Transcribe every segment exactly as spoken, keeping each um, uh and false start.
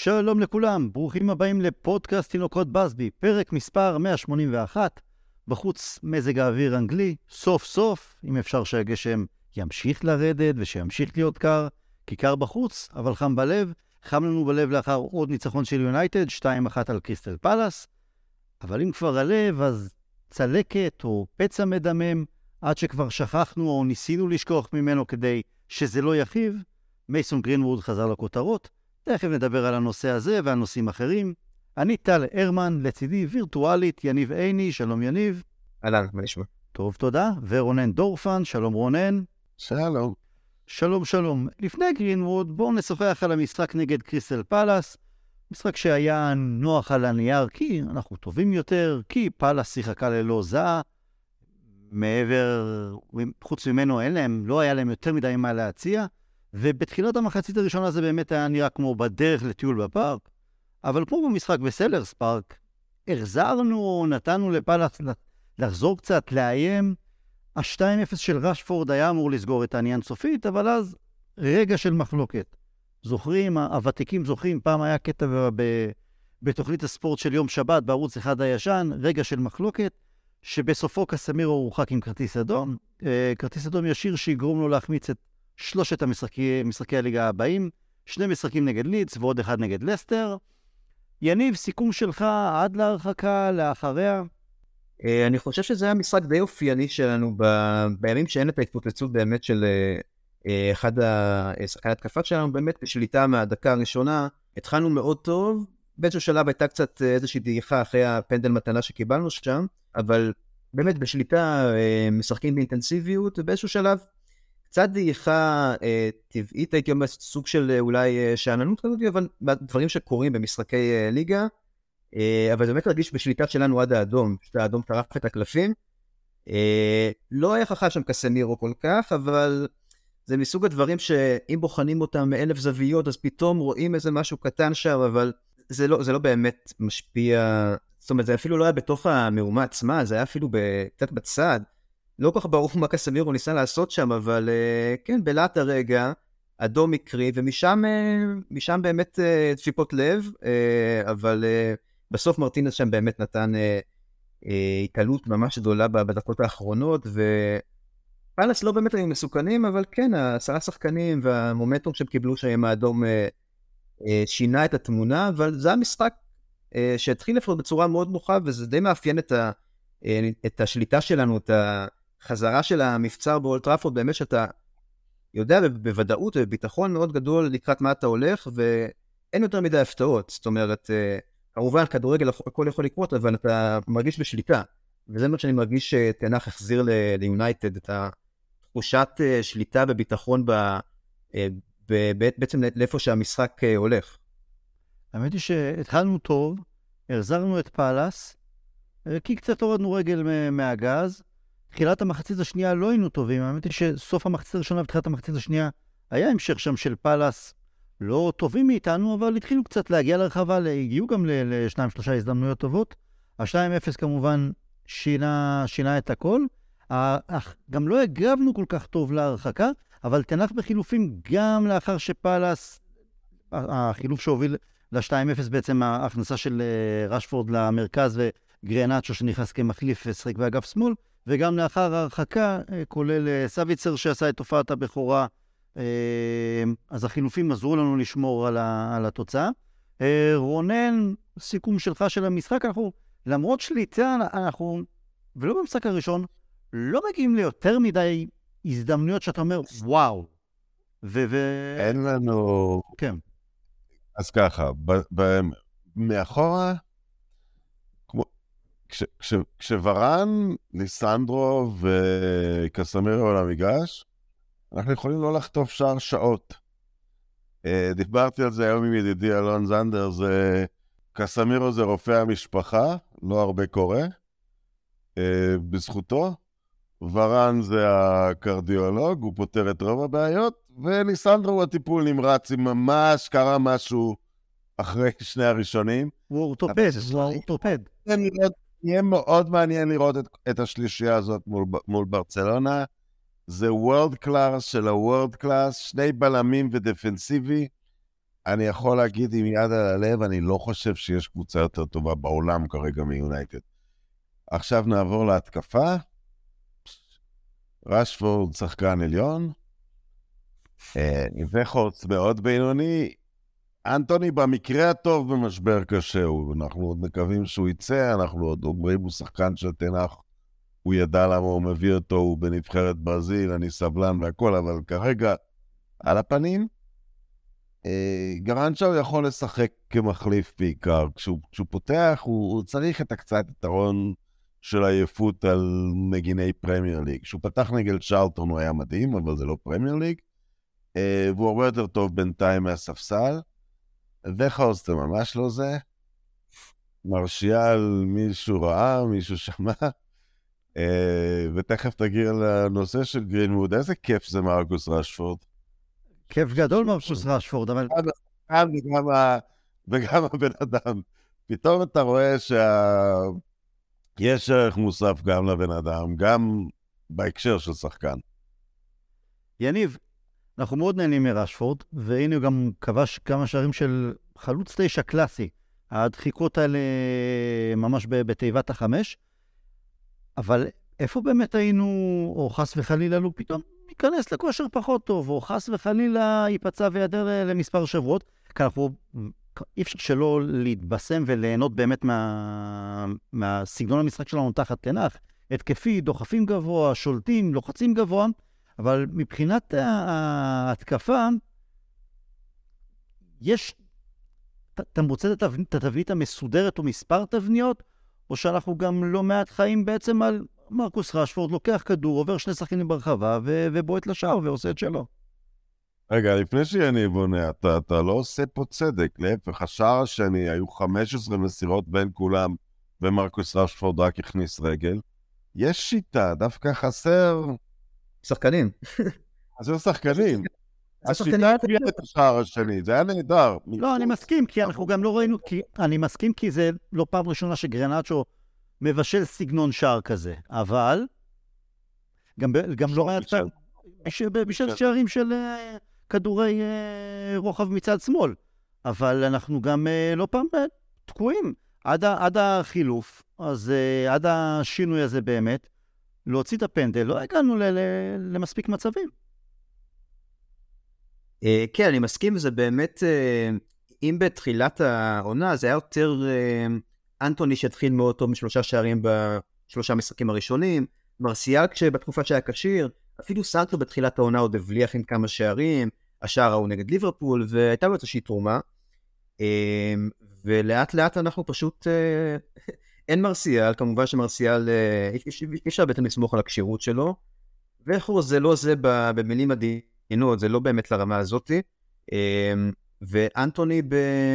שלום לכולם, ברוכים הבאים לפודקאסט תינוקות בסבי, פרק מספר מאה שמונים ואחת. בחוץ מזג האוויר אנגלי, סוף סוף, אם אפשר שהגשם ימשיך לרדת ושימשיך להיות קר, כי קר בחוץ, אבל חם בלב. חם לנו בלב לאחר עוד ניצחון של יונייטד, שתיים אחת על קריסטל פלאס. אבל אם כבר הלב, אז צלקת או פצע מדמם, עד שכבר שכחנו או ניסינו לשכוח ממנו כדי שזה לא יחיב. מייסון גרינווד חזר לכותרות. תכף נדבר על הנושא הזה ועל נושאים אחרים. אני טל הרמן, לצידי וירטואלית, יניב עיני, שלום יניב. אהלן, מה נשמע? טוב, תודה. ורונן דורפן, שלום רונן. שלום. שלום, שלום. לפני גרינווד, בואו נשוחח על המשחק נגד קריסטל פלאס. משחק שהיה נוח על הנייר, כי אנחנו טובים יותר, כי פלאס שיחקה ללא זהה. מעבר, חוץ ממנו אין להם, לא היה להם יותר מדי מה להציע. ובתחילת המחצית הראשונה זה באמת היה נראה כמו בדרך לטיול בפארק, אבל כמו במשחק בסלרס פארק, החזרנו, נתנו לפלאס לחזור קצת, לאיים. ה-שתיים אפס של רשפורד היה אמור לסגור את העניין סופית, אבל אז רגע של מחלוקת. זוכרים, הוותיקים זוכרים, פעם היה קטע ב- בתוכנית הספורט של יום שבת בערוץ אחד הישן, רגע של מחלוקת, שבסופו קסמירו הורחק עם כרטיס אדום, כרטיס אדום ישיר שיגרום לו להחמיץ את שלושת המשחקי, משחקי הליגה הבאים, שני משחקים נגד לידס ועוד אחד נגד לסטר. יניב, סיכום שלך עד להרחקה, לאחריה? אני חושב שזה היה משחק די אופייני שלנו ב... בימים שאין את ההתפוצצות באמת של אחד השחקי התקפה שלנו, באמת בשליטה מהדקה הראשונה. התחלנו מאוד טוב, באיזשהו שלב הייתה קצת איזושהי דעיכה אחרי הפנדל מתנה שקיבלנו שם, אבל באמת בשליטה משחקים באינטנסיביות, ובאיזשהו שלב קצת דעיכה אה, טבעית, הייתי אומר סוג של אה, אולי אה, שעננות כזאת, אבל דברים שקורים במשחקי אה, ליגה, אה, אבל זה באמת רגיש בשליטה שלנו עד האדום, שהאדום טרף את הקלפים. אה, לא היה חכם שם קסמירו כל כך, אבל זה מסוג הדברים שאם בוחנים אותם מאלף זוויות, אז פתאום רואים איזה משהו קטן שם, אבל זה לא, זה לא באמת משפיע, זאת אומרת, זה אפילו לא היה בתוך המהומה עצמה, זה היה אפילו קצת בצד, לא כל כך ברור מה קסמירו ניסה לעשות שם, אבל uh, כן, בלעת הרגע, אדום מקרי, ומשם uh, משם באמת uh, דפיקות לב, uh, אבל uh, בסוף מרטינס שם באמת נתן uh, uh, התעלות ממש גדולה בדקות האחרונות, ופלאס לא באמת היו מסוכנים, אבל כן, העשרה שחקנים והמומנטום שהם קיבלו שהם האדום uh, uh, שינה את התמונה, אבל זה המשחק uh, שהתחיל לפחות בצורה מאוד נוחה, וזה די מאפיין את, ה, uh, את השליטה שלנו, את ה... חזרה של המבצר באולד טראפורד, באמת שאתה יודע בוודאות ובביטחון מאוד גדול לקראת מה אתה הולך, ואין יותר מדי הפתעות. זאת אומרת, כמובן כדורגל הכל יכול לקרות, אבל אתה מרגיש בשליטה, וזה מה שאני מרגיש שתנח החזיר ליונייטד, את התחושת שליטה וביטחון ב, ב, בעצם לאיפה שהמשחק הולך. האמת היא שהתחלנו טוב, החזרנו את פלאס, כי קצת הורדנו רגל מהגז, תחילת המחצית השנייה לא היינו טובים, האמת היא שסוף המחצית הראשונה ותחילת המחצית השנייה היה המשך שם של פלאס לא טובים מאיתנו, אבל התחילו קצת להגיע לרחבה, הגיעו גם לשניים שלושה הזדמנויות טובות. ה-שתיים אפס כמובן שינה, שינה את הכל, אך גם לא הגבנו כל כך טוב להרחקה, אבל תנח בחילופים גם לאחר שפלאס, החילוף שהוביל ל-שתיים אפס בעצם ההכנסה של רשפורד למרכז וגרנצ'ו שנכנס כמחליף ושחק באגף שמאל, וגם לאחר ההרחקה, כולל סביצר שעשה את תופעת הבכורה, אז החילופים עזרו לנו לשמור על, ה, על התוצאה. רונן, סיכום שלך של המשחק, אנחנו, למרות שליטה, אנחנו, ולא במשחק הראשון, לא מגיעים ליותר מדי הזדמנויות שאתה אומר, וואו. ו... ו... אין לנו... כן. אז ככה, ב... ב... מאחורה, כש, כש, כשוורן, ליסנדרו וקסמירו על המגרש, אנחנו יכולים לא לחטוף שער שעות. דיברתי על זה היום עם ידידי אלון זנדר, זה, קסמירו זה רופא המשפחה, לא הרבה קורה, בזכותו. ורן זה הקרדיולוג, הוא פותר את רוב הבעיות, וליסנדרו הוא הטיפול נמרץ, אם ממש קרה משהו אחרי שני הראשונים. הוא אורתופד, הוא אורתופד. יהיה מאוד מעניין לראות את, את השלישייה הזאת מול, מול ברצלונה. זה וורד קלאס של הוורד קלאס, שני בלמים ודפנסיבי. אני יכול להגיד עם יד על הלב, אני לא חושב שיש קבוצה יותר טובה בעולם כרגע מיונייטד. עכשיו נעבור להתקפה. רשפורד שחקן עליון. וחוץ מאוד בינוני. אנטוני במקרה הטוב במשבר קשה, אנחנו עוד מקווים שהוא יצא, אנחנו עוד אומרים הוא שחקן של תנח, הוא ידע למה הוא מביא אותו, הוא בנבחרת ברזיל, אני סבלן והכל, אבל כרגע על הפנים, גרנצ'או יכול לשחק כמחליף בעיקר, כשהוא, כשהוא פותח הוא, הוא צריך את הקצת יתרון של עייפות על מגיני פרמייר ליג, כשהוא פתח נגד צ'רלטון הוא היה מדהים, אבל זה לא פרמייר ליג, והוא הרבה יותר טוב בינתיים מהספסל, וחוס זה ממש לא זה, מרשיאל מישהו ראה, מישהו שמע, ותכף תגיע לנושא של גרינווד, איזה כיף זה מרקוס רשפורד. כיף גדול מרקוס רשפורד, אבל... וגם, וגם הבן אדם, פתאום אתה רואה שיש ערך מוסף גם לבן אדם, גם בהקשר של שחקן. יניב, אנחנו מאוד נהנים מרשפורד, והנה הוא גם כבש כמה שערים של חלוץ תשע קלאסי, הדחיקות האלה ממש בתיבת החמש, אבל איפה באמת היינו, או חס וחלילה לו פתאום ייכנס לכושר פחות טוב, או חס וחלילה ייפצע ויעדר למספר שבועות, כי אנחנו אי אפשר שלא להתבשם וליהנות באמת מה, מהסגנון המשחק שלנו תחת תנח, התקפי, דוחפים גבוה, שולטים, לוחצים גבוה, אבל מבחינת ההתקפה, יש, אתה מוצא את התבנית המסודרת או מספר תבניות, או שאנחנו גם לא מעט חיים בעצם על מרקוס רשפורד, לוקח כדור, עובר שני שחקנים ברחבה, ו- ובועט לשער ועושה את שלו. רגע, לפני שאני בונה, אתה, אתה לא עושה פה צדק, להפך, השער השני, היו חמש עשרה מסירות בין כולם, ומרקוס רשפורד רק הכניס רגל. יש שיטה, דווקא חסר... שחקנים. חסר שחקנים. השיטה הביאה את השער השני, זה היה נהדר. לא, אני מסכים, כי אנחנו גם לא ראינו, כי אני מסכים כי זה לא פעם ראשונה שגרנצ'ו מבשל סגנון שער כזה, אבל גם, גם לא היה בשל שערים של כדורי רוחב מצד שמאל, אבל אנחנו גם לא פעם תקועים עד, עד החילוף, אז עד השינוי הזה באמת, להוציא את הפנדל, לא הגענו ל, ל, למספיק מצבים. כן, אני מסכים, זה באמת, אם בתחילת העונה, זה היה יותר אנטוני שהתחיל מאוד טוב משלושה שערים בשלושה משחקים הראשונים, מרסיאל כשבתקופה שהיה קשיר, אפילו סאנטו בתחילת העונה עוד הבליח עם כמה שערים, השער הוא נגד ליברפול, והייתה לו איזושהי תרומה, ולאט לאט אנחנו פשוט, אין מרסיאל, כמובן שמרסיאל, אי אפשר בעצם לסמוך על הקשירות שלו, ואיכו זה לא זה במילים עדינות, זה לא באמת לרמה הזאת, ואנטוני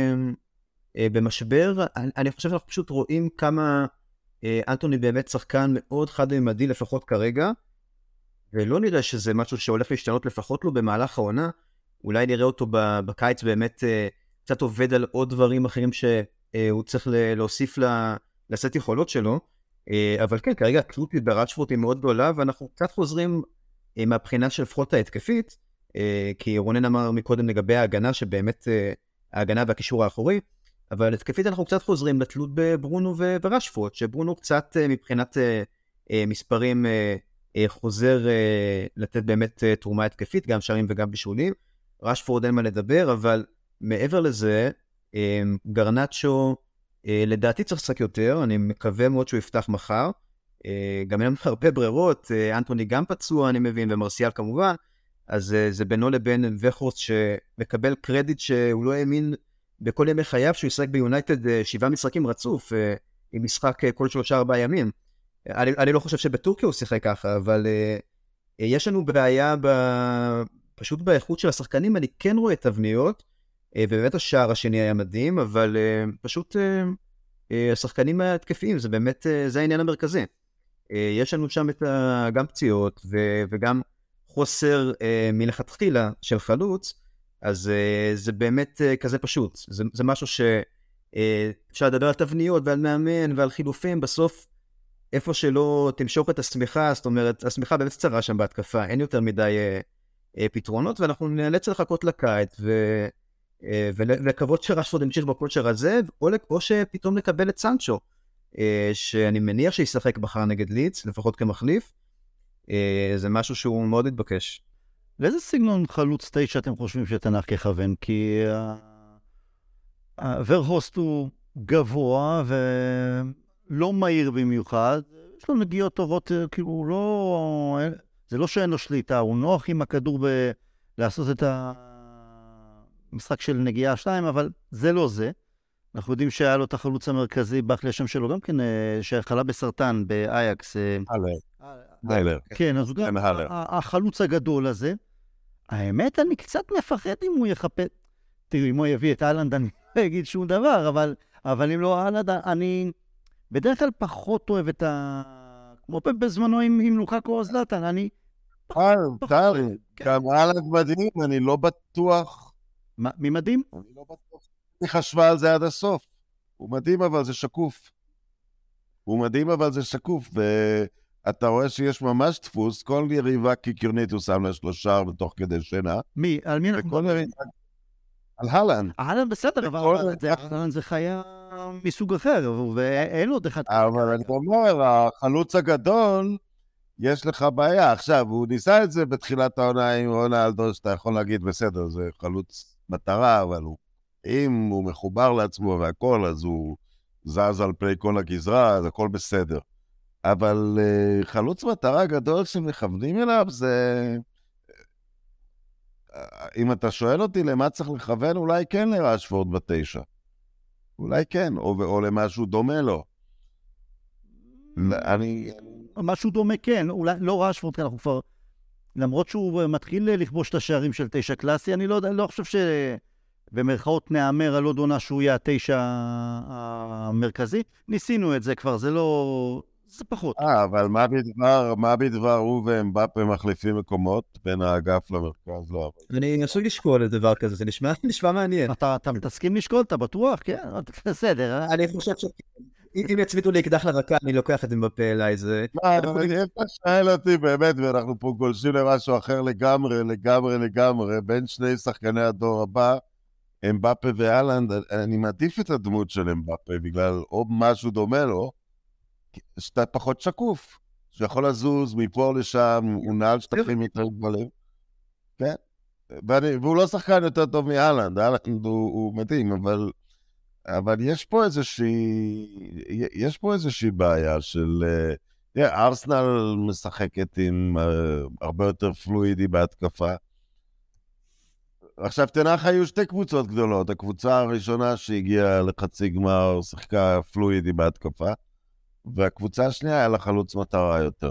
במשבר, אני חושב שאנחנו פשוט רואים כמה אנטוני באמת שחקן מאוד חד-ממדי לפחות כרגע, ולא נראה שזה משהו שהולך להשתנות לפחות לו במהלך העונה, אולי נראה אותו בקיץ באמת קצת עובד על עוד דברים אחרים שהוא צריך להוסיף לסט יכולות שלו, אבל כן, כרגע התלות ברשפורד היא מאוד גדולה, ואנחנו קצת חוזרים מהבחינה של לפחות ההתקפית, כי רונן אמר מקודם לגבי ההגנה, שבאמת ההגנה והקישור האחורי, אבל התקפית אנחנו קצת חוזרים לתלות בברונו ורשפורד, שברונו קצת מבחינת מספרים חוזר לתת באמת תרומה התקפית, גם שערים וגם בישולים, רשפורד אין מה לדבר, אבל מעבר לזה, גרנצ'ו לדעתי צריך לשחק יותר, אני מקווה מאוד שהוא יפתח מחר, גם אין הרבה ברירות, אנטוני גם פצוע אני מבין, ומרסיאל כמובן, אז זה בינו לבין וחורסט שמקבל קרדיט שהוא לא האמין בכל ימי חייו, שהוא ישחק ביונייטד שבעה משחקים רצוף, עם משחק כל שלושה ארבעה ימים. אני, אני לא חושב שבטורקיה הוא שיחק ככה, אבל יש לנו בעיה ב, פשוט באיכות של השחקנים, אני כן רואה תבניות, ובאמת השער השני היה מדהים, אבל פשוט השחקנים התקפיים, זה באמת, זה העניין המרכזי. יש לנו שם את גם פציעות, וגם חוסר מלכתחילה של חלוץ, אז זה באמת כזה פשוט. זה, זה משהו שאפשר לדבר על תבניות ועל מאמן ועל חילופים, בסוף איפה שלא תמשוך את השמיכה, זאת אומרת, השמיכה באמת קצרה שם בהתקפה, אין יותר מדי פתרונות, ואנחנו נאלץ לחכות לקיץ, ולקוות שרשפורד ימשיך בכושר הזה, או שפתאום לקבל את סנצ'ו, שאני מניח שישחק מחר נגד לידס, לפחות כמחליף, זה משהו שהוא מאוד התבקש. לאיזה סגנון חלוץ תשע אתם חושבים שתנח יכוון? כי ורהוסט הוא גבוה ולא מהיר במיוחד, יש לו נגיעות טובות, כאילו לא, זה לא שאין לו שליטה, הוא נוח עם הכדור ב... לעשות את המשחק של נגיעה שתיים, אבל זה לא זה. אנחנו יודעים שהיה לו את החלוץ המרכזי, באחלי השם שלו גם כן, שחלה בסרטן באייקס. הלר. הלר. כן, אז הוא גם החלוץ הגדול הזה. האמת, אני קצת מפחד אם הוא יחפש, תראו, אם הוא יביא את אהלנד, אני לא אגיד שום דבר, אבל, אבל אם לא אהלנד, אני בדרך כלל פחות אוהב את ה... כמו בזמנו עם, עם לוקאקו או זלאטן, אני... טל, גם אהלנד מדהים, אני לא בטוח... מי מדהים? אני לא בטוח. אני חשבה על זה עד הסוף. הוא מדהים, אבל זה שקוף. הוא מדהים, אבל זה שקוף, ואתה רואה שיש ממש דפוס, כל יריבה קיקיונית הוא שם לה שלושה בתוך כדי שינה. מי? על מי אנחנו... על הלנד. הלנד בסדר, אבל הלנד זה חיה מסוג אחר, ואין עוד אחד... אבל אני אומר, החלוץ הגדול, יש לך בעיה. עכשיו, הוא ניסה את זה בתחילת העונה עם רונלדו, שאתה יכול להגיד, בסדר, זה חלוץ מטרה, אבל הוא, אם הוא מחובר לעצמו והכל, אז הוא זז על פני כל הגזרה, אז הכל בסדר. אבל uh, חלוץ מטרה גדול שמכוונים אליו, זה... אם אתה שואל אותי למה צריך לכוון, אולי כן לרשפורד בתשע. אולי כן, או, או למשהו דומה לו. אני... משהו דומה כן, אולי לא רשפורד, כי אנחנו כבר... למרות שהוא מתחיל לכבוש את השערים של תשע קלאסי, אני לא, לא חושב שבמרכאות נאמר על עוד עונה שהוא יהיה התשע המרכזי. ניסינו את זה כבר, זה לא... זה פחות. אה, אבל מה בדבר, מה בדבר הוא ואמבפה מחליפים מקומות בין האגף למרכז? לא. אני אנסו לשקול את דבר כזה, זה נשמע, נשמע מעניין. אתה, אתה תסכים לשקול, אתה בטוח? כן, בסדר. אני חושב ש... אם יצמיתו לי אקדח לרקה, אני לוקח את אמבפה אליי, זה... אם אתה שואל אותי באמת, ואנחנו פה גולשים למשהו אחר לגמרי, לגמרי, לגמרי, בין שני שחקני הדור הבא, אמבפה והלנד, אני מעדיף את הדמות של אמבפה, בגלל או משהו דומה לו, שאתה פחות שקוף, שיכול לזוז מפה לשם, הוא נעל שטחים יותר גדולים. כן? והוא לא שחקן יותר טוב מהלנד, הלנד הוא מדהים, אבל... אבל יש פה איזושהי, יש פה איזושהי בעיה של, תראה, ארסנל משחקת עם הרבה יותר פלואידי בהתקפה. עכשיו, תנח היו שתי קבוצות גדולות. הקבוצה הראשונה שהגיעה לחצי גמר שיחקה פלואידי בהתקפה, והקבוצה השנייה היה לה חלוץ מטרה יותר.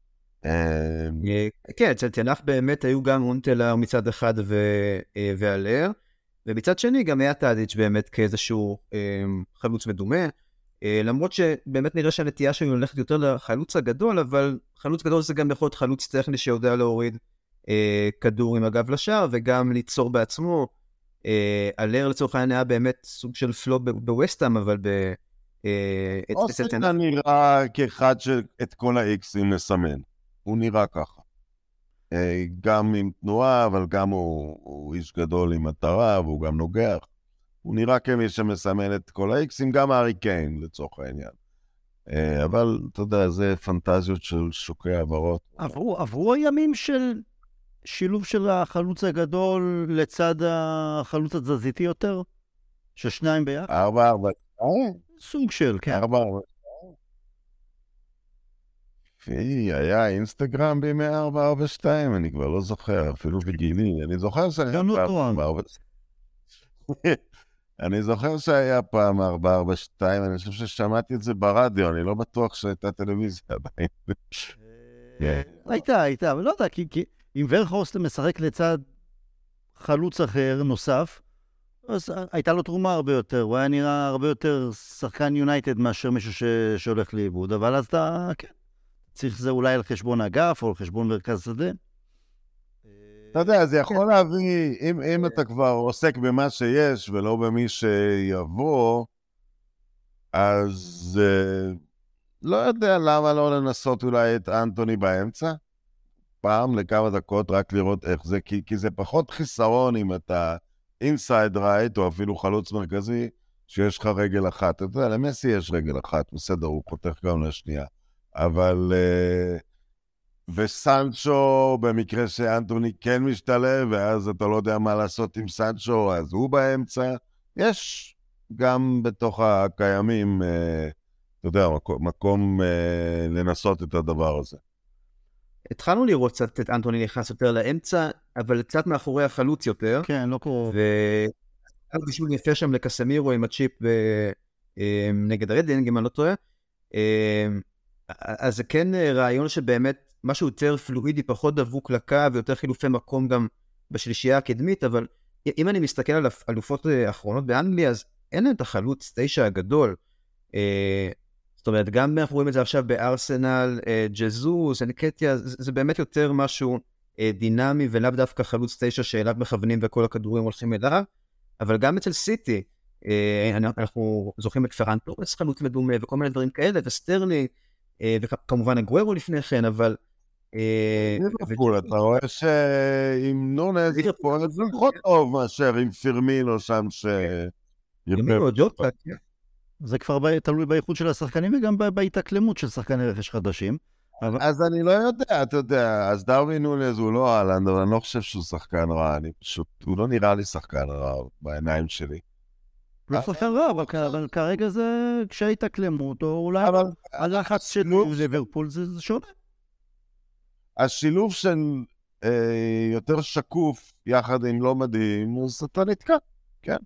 כן, אצל תנח באמת היו גם אונטלר מצד אחד ועלר, ובצד שני גם היה טאדיץ' באמת כאיזשהו אה, חלוץ מדומה, אה, למרות שבאמת נראה שהנטייה שלנו הולכת יותר לחלוץ הגדול, אבל חלוץ גדול זה גם יכול להיות חלוץ טכני שיודע להוריד אה, כדור עם הגב לשער, וגם ליצור בעצמו. אה, אלר לצורך העניין היה באמת סוג של פלופ בווסטהאם, אבל ב... אה, אוסטן נראה כאחד שאת כל האיקסים מסמן. הוא נראה ככה. גם עם תנועה, אבל גם הוא, הוא איש גדול עם מטרה, והוא גם נוגח. הוא נראה כמי שמסמן את כל האיקסים, גם הארי קיין, לצורך העניין. אבל, אתה יודע, זה פנטזיות של שוקי העברות. עברו, עברו הימים של שילוב של החלוץ הגדול לצד החלוץ התזזיתי יותר? ששניים ביחד? ארבע, ארבע. סוג של, כן. ארבע, ארבע. היה אינסטגרם בימי ארבע ארבע שתיים, אני כבר לא זוכר, אפילו בגילי, אני זוכר שהיה פעם ארבע... אני זוכר שהיה פעם ארבע ארבע שתיים, אני חושב ששמעתי את זה ברדיו, אני לא בטוח שהייתה טלוויזיה עדיין. הייתה, הייתה, אבל לא יודע, כי אם ורכהורסט משחק לצד חלוץ אחר נוסף, אז הייתה לו תרומה הרבה יותר, הוא היה נראה הרבה יותר שחקן יונייטד מאשר מישהו שהולך לאיבוד, אבל אז אתה, כן. צריך זה אולי על חשבון אגף או על חשבון מרכז שדה? אתה יודע, זה יכול להביא, אם, אם אתה כבר עוסק במה שיש ולא במי שיבוא, אז לא יודע למה לא לנסות אולי את אנטוני באמצע, פעם לכמה דקות רק לראות איך זה, כי, כי זה פחות חיסרון אם אתה אינסייד רייט, או אפילו חלוץ מרכזי, שיש לך רגל אחת. אתה יודע, למסי יש רגל אחת, בסדר, הוא חותך גם לשנייה. אבל... וסנצ'ו, במקרה שאנטוני כן משתלב, ואז אתה לא יודע מה לעשות עם סנצ'ו, אז הוא באמצע. יש גם בתוך הקיימים, אתה יודע, מקום, מקום לנסות את הדבר הזה. התחלנו לראות קצת את אנטוני נכנס יותר לאמצע, אבל קצת מאחורי החלוץ יותר. כן, לא קרוב. ואז בשביל יפה שם לקסמירו עם הצ'יפ נגד הרדינג, אם אני לא טועה. אז זה כן רעיון שבאמת משהו יותר פלואידי, פחות דבוק לקו, ויותר חילופי מקום גם בשלישייה הקדמית, אבל אם אני מסתכל על אלופות האחרונות באנגליה, אז אין להם את החלוץ תשע הגדול. זאת אומרת, גם אנחנו רואים את זה עכשיו בארסנל, ג'זוס, אנקטיה, זה באמת יותר משהו דינמי, ולאו דווקא חלוץ תשע שאליו מכוונים וכל הכדורים הולכים אליו, אבל גם אצל סיטי, אנחנו זוכרים את פרן טורס, חלוץ מדומה, וכל מיני דברים כאלה, וסטרלינג, וכמובן אגוארו לפני כן, אבל... אתה רואה שעם נונז פועל פחות טוב מאשר עם פירמינו שם ש... פירמינו, ג'וטה, כן. זה כבר תלוי באיכות של השחקנים וגם בהתאקלמות של שחקני רכש חדשים. אז אני לא יודע, אתה יודע, אז דרווין נונז הוא לא אהלנד, אבל אני לא חושב שהוא שחקן רע, אני פשוט, הוא לא נראה לי שחקן רע בעיניים שלי. לא שחקן רע, אבל כרגע זה כשהתאקלמות, או אולי הלחץ של ליברפול זה שונה. השילוב של יותר שקוף יחד עם לא מדהים, אז אתה נתקע, כן.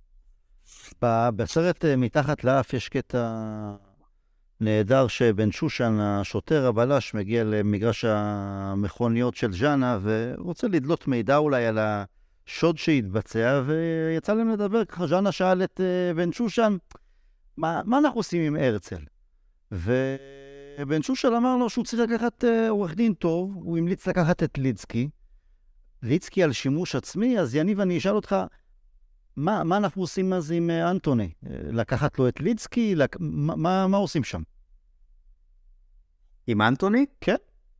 בסרט מתחת לאף יש קטע נהדר שבן שושן, השוטר הבלש, מגיע למגרש המכוניות של ז'אנה ורוצה לדלות מידע אולי על השוד שהתבצע, ויצא להם לדבר. ככה ז'אנה שאל את בן שושן, מה, מה אנחנו עושים עם הרצל? ובן שושן אמר לו שהוא צריך לקחת עורך דין טוב, הוא המליץ לקחת את ליצקי, ליצקי על שימוש עצמי. אז יניב, אני אשאל אותך, מה, מה אנחנו עושים אז עם אנטוני? לקחת לו את ליצקי? לק... מה, מה עושים שם? עם אנטוני? כן.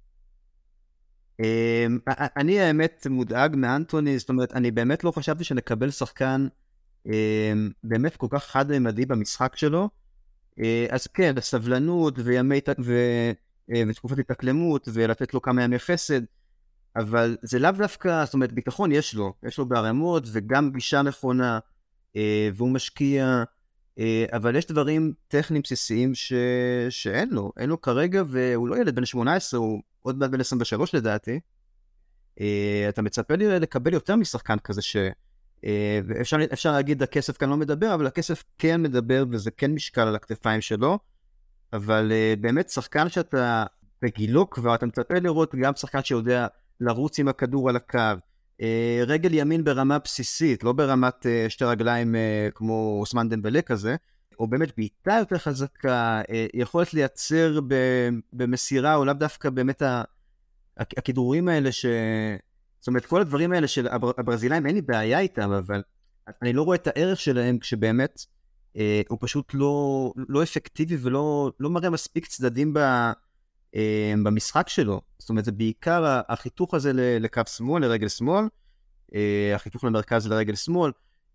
אני האמת מודאג מאנטוני, זאת אומרת, אני באמת לא חשבתי שנקבל שחקן באמת כל כך חד-ממדי במשחק שלו. אז כן, הסבלנות וימי ותקופת התאקלמות ולתת לו כמה ימי חסד, אבל זה לאו דווקא, זאת אומרת, ביטחון יש לו, יש לו בערמות, וגם גישה נכונה, אה, והוא משקיע, אה, אבל יש דברים טכניים בסיסיים ש... שאין לו, אין לו כרגע, והוא לא ילד בן שמונה עשרה, הוא עוד מעט בן עשרים ושלוש לדעתי. אה, אתה מצפה לי לקבל יותר משחקן כזה, ש... אה, ואפשר אפשר להגיד, הכסף כאן לא מדבר, אבל הכסף כן מדבר, וזה כן משקל על הכתפיים שלו, אבל אה, באמת שחקן שאתה בגילו כבר, אתה מצפה לראות גם שחקן שיודע לרוץ עם הכדור על הקו, רגל ימין ברמה בסיסית, לא ברמת שתי רגליים כמו אוסמן דמבלה כזה, או באמת בעיטה יותר חזקה, יכולת לייצר במסירה, או לאו דווקא באמת הכדורים האלה, ש... זאת אומרת, כל הדברים האלה של הברזילאים, אין לי בעיה איתם, אבל אני לא רואה את הערך שלהם, כשבאמת הוא פשוט לא, לא אפקטיבי, ולא לא מראה מספיק צדדים ב... במשחק שלו. זאת אומרת, זה בעיקר החיתוך הזה לקו שמאל, לרגל שמאל, החיתוך למרכז לרגל שמאל,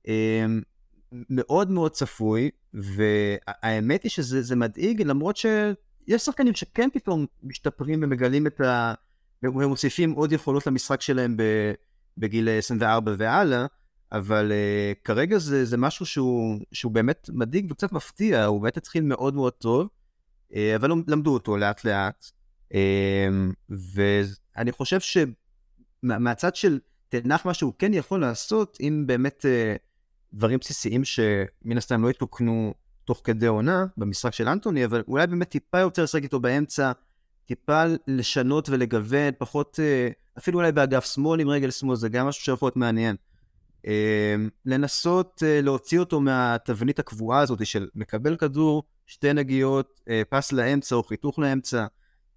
מאוד מאוד צפוי, והאמת היא שזה מדאיג, למרות שיש שחקנים שכן פתאום משתפרים ומגלים את ה... ומוסיפים עוד יכולות למשחק שלהם בגיל עשרים וארבע והלאה, אבל כרגע זה, זה משהו שהוא, שהוא באמת מדאיג וקצת מפתיע, הוא באמת התחיל מאוד מאוד טוב, אבל למדו אותו לאט לאט, ואני חושב שמהצד של תנח מה שהוא כן יכול לעשות, אם באמת דברים בסיסיים שמן הסתם לא יתוקנו תוך כדי עונה במשחק של אנטוני, אבל אולי באמת טיפה יותר לשחק איתו באמצע, טיפה לשנות ולגוון, פחות, אפילו אולי באגף שמאל עם רגל שמאל, זה גם משהו שיכול להיות מעניין. לנסות להוציא אותו מהתבנית הקבועה הזאת של מקבל כדור, שתי נגיעות, פס לאמצע או חיתוך לאמצע.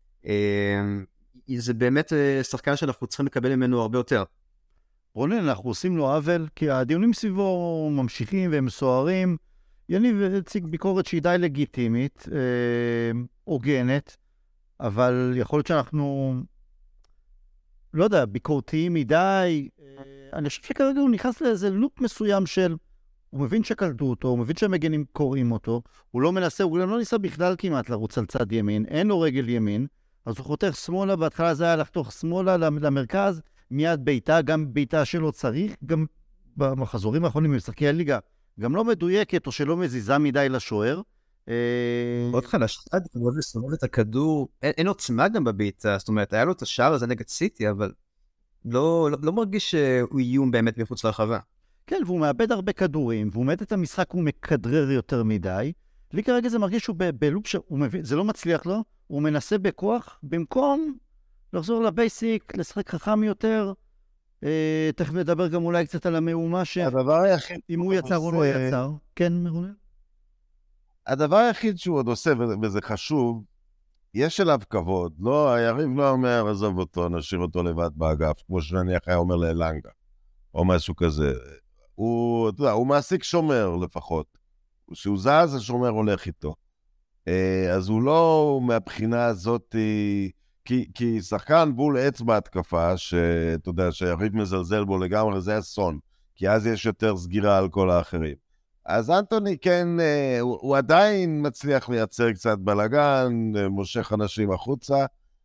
זה באמת שחקן שאנחנו צריכים לקבל ממנו הרבה יותר. רונן, אנחנו עושים לו עוול, כי הדיונים סביבו ממשיכים והם סוערים. יניב הציג ביקורת שהיא די לגיטימית, הוגנת, אבל יכול להיות שאנחנו לא יודע, ביקורתיים מדי. אני חושב שכרגע הוא נכנס לאיזה לופ מסוים של, הוא מבין שקלטו אותו, הוא מבין שהמגנים קוראים אותו, הוא לא מנסה, הוא לא ניסה בכלל כמעט לרוץ על צד ימין, אין לו רגל ימין, אז הוא חותך שמאלה, בהתחלה זה היה לחתוך שמאלה למרכז, מיד ביתה, גם ביתה שלא צריך, גם במחזורים האחרונים במשחקי הליגה, גם לא מדויקת או שלא מזיזה מדי לשוער. מאוד חלש, מאוד לסובב את הכדור, אין עוצמה גם בביתה, זאת אומרת, היה לו את השער הזה נגד סיטי, אבל לא, לא, לא מרגיש שהוא איום באמת מחוץ לרחבה. כן, והוא מאבד הרבה כדורים, והוא מאבד את המשחק, הוא מקדרר יותר מדי. לי כרגע זה מרגיש שהוא בלופ שהוא מבין, זה לא מצליח לו, הוא מנסה בכוח, במקום לחזור לבייסיק, לשחק חכם יותר, אה, תכף נדבר גם אולי קצת על המאומה, הדבר היחיד... אם הוא יצר או לא יצר. כן, מרונן? הדבר היחיד שהוא עוד עושה, וזה חשוב, יש אליו כבוד, לא, היריב לא אומר, עזוב אותו, נשאיר אותו לבד באגף, כמו שנניח היה אומר לאלנגה, או משהו כזה. הוא, אתה יודע, הוא מעסיק שומר לפחות. כשהוא זז, השומר הולך איתו. אז הוא לא מהבחינה הזאת, כי, כי שחקן בול עץ בהתקפה, שאתה יודע, שהיריב מזלזל בו לגמרי, זה אסון, כי אז יש יותר סגירה על כל האחרים. אז אנטוני כן, הוא, הוא עדיין מצליח לייצר קצת בלגן, מושך אנשים החוצה,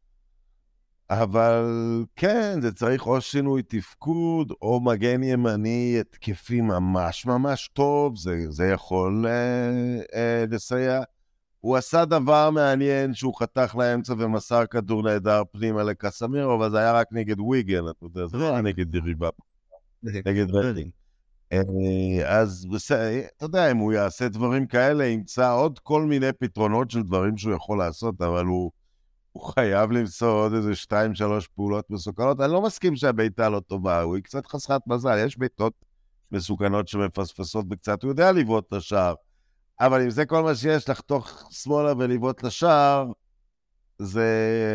אבל כן, זה צריך או שינוי תפקוד, או מגן ימני התקפי ממש ממש טוב, זה, זה יכול אה, אה, לסייע. הוא עשה דבר מעניין שהוא חתך לאמצע ומסר כדור נהדר פנימה לקסמירו, אבל זה היה רק נגד וויגן, אתה יודע, זה לא היה נגד דריבה, נגד רדינג. אז אתה יודע, אם הוא יעשה דברים כאלה, ימצא עוד כל מיני פתרונות של דברים שהוא יכול לעשות, אבל הוא, הוא חייב למצוא עוד איזה שתיים, שלוש פעולות מסוכנות. אני לא מסכים שהביתה לא טובה, הוא קצת חסרת מזל, יש ביתות מסוכנות שמפספסות בקצת, הוא יודע לבעוט לשער, אבל אם זה כל מה שיש, לחתוך שמאלה ולבעוט לשער, זה...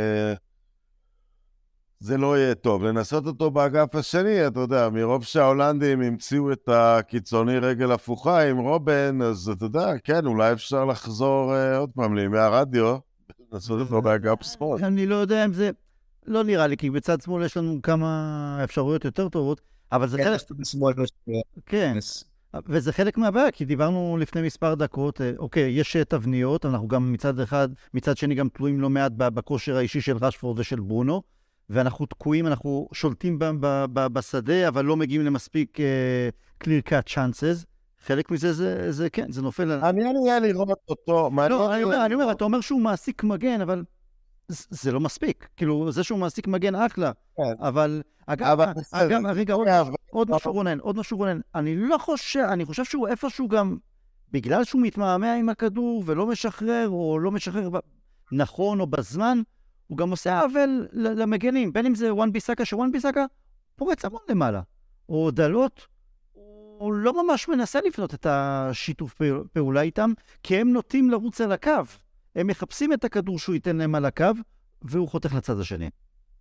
זה לא יהיה טוב. לנסות אותו באגף השני, אתה יודע, מרוב שההולנדים המציאו את הקיצוני רגל הפוכה עם רובן, אז אתה יודע, כן, אולי אפשר לחזור uh, עוד פעם לימי הרדיו, לנסות אותו באגף שמאל. אני לא יודע אם זה... לא נראה לי, כי בצד שמאל יש לנו כמה אפשרויות יותר טובות, אבל זה חלק... כן, וזה חלק מהבעיה, כי דיברנו לפני מספר דקות, אוקיי, יש תבניות, אנחנו גם מצד אחד, מצד שני גם תלויים לא מעט בכושר האישי של רשפורד ושל ברונו, ואנחנו תקועים, אנחנו שולטים ב- ב- ב- בשדה, אבל לא מגיעים למספיק uh, clear cut chances. חלק מזה זה, זה כן, זה נופל על... אני היה לראות אותו... לא, אני אומר, אני אומר, אתה אומר שהוא מעסיק מגן, אבל זה, זה לא מספיק. כאילו, זה שהוא מעסיק מגן אחלה, אבל... אגב, אגב, רגע, עוד, עוד משהו רונן, עוד משהו רונן. אני לא חושב, אני חושב שהוא איפשהו גם, בגלל שהוא מתמהמה עם הכדור ולא משחרר, או לא משחרר נכון או בזמן, הוא גם עושה עוול למגנים, בין אם זה וואן ביסאקה, שוואן ביסאקה פורץ המון למעלה, או דלות, הוא לא ממש מנסה לפנות את השיתוף פעולה איתם, כי הם נוטים לרוץ על הקו, הם מחפשים את הכדור שהוא ייתן להם על הקו, והוא חותך לצד השני.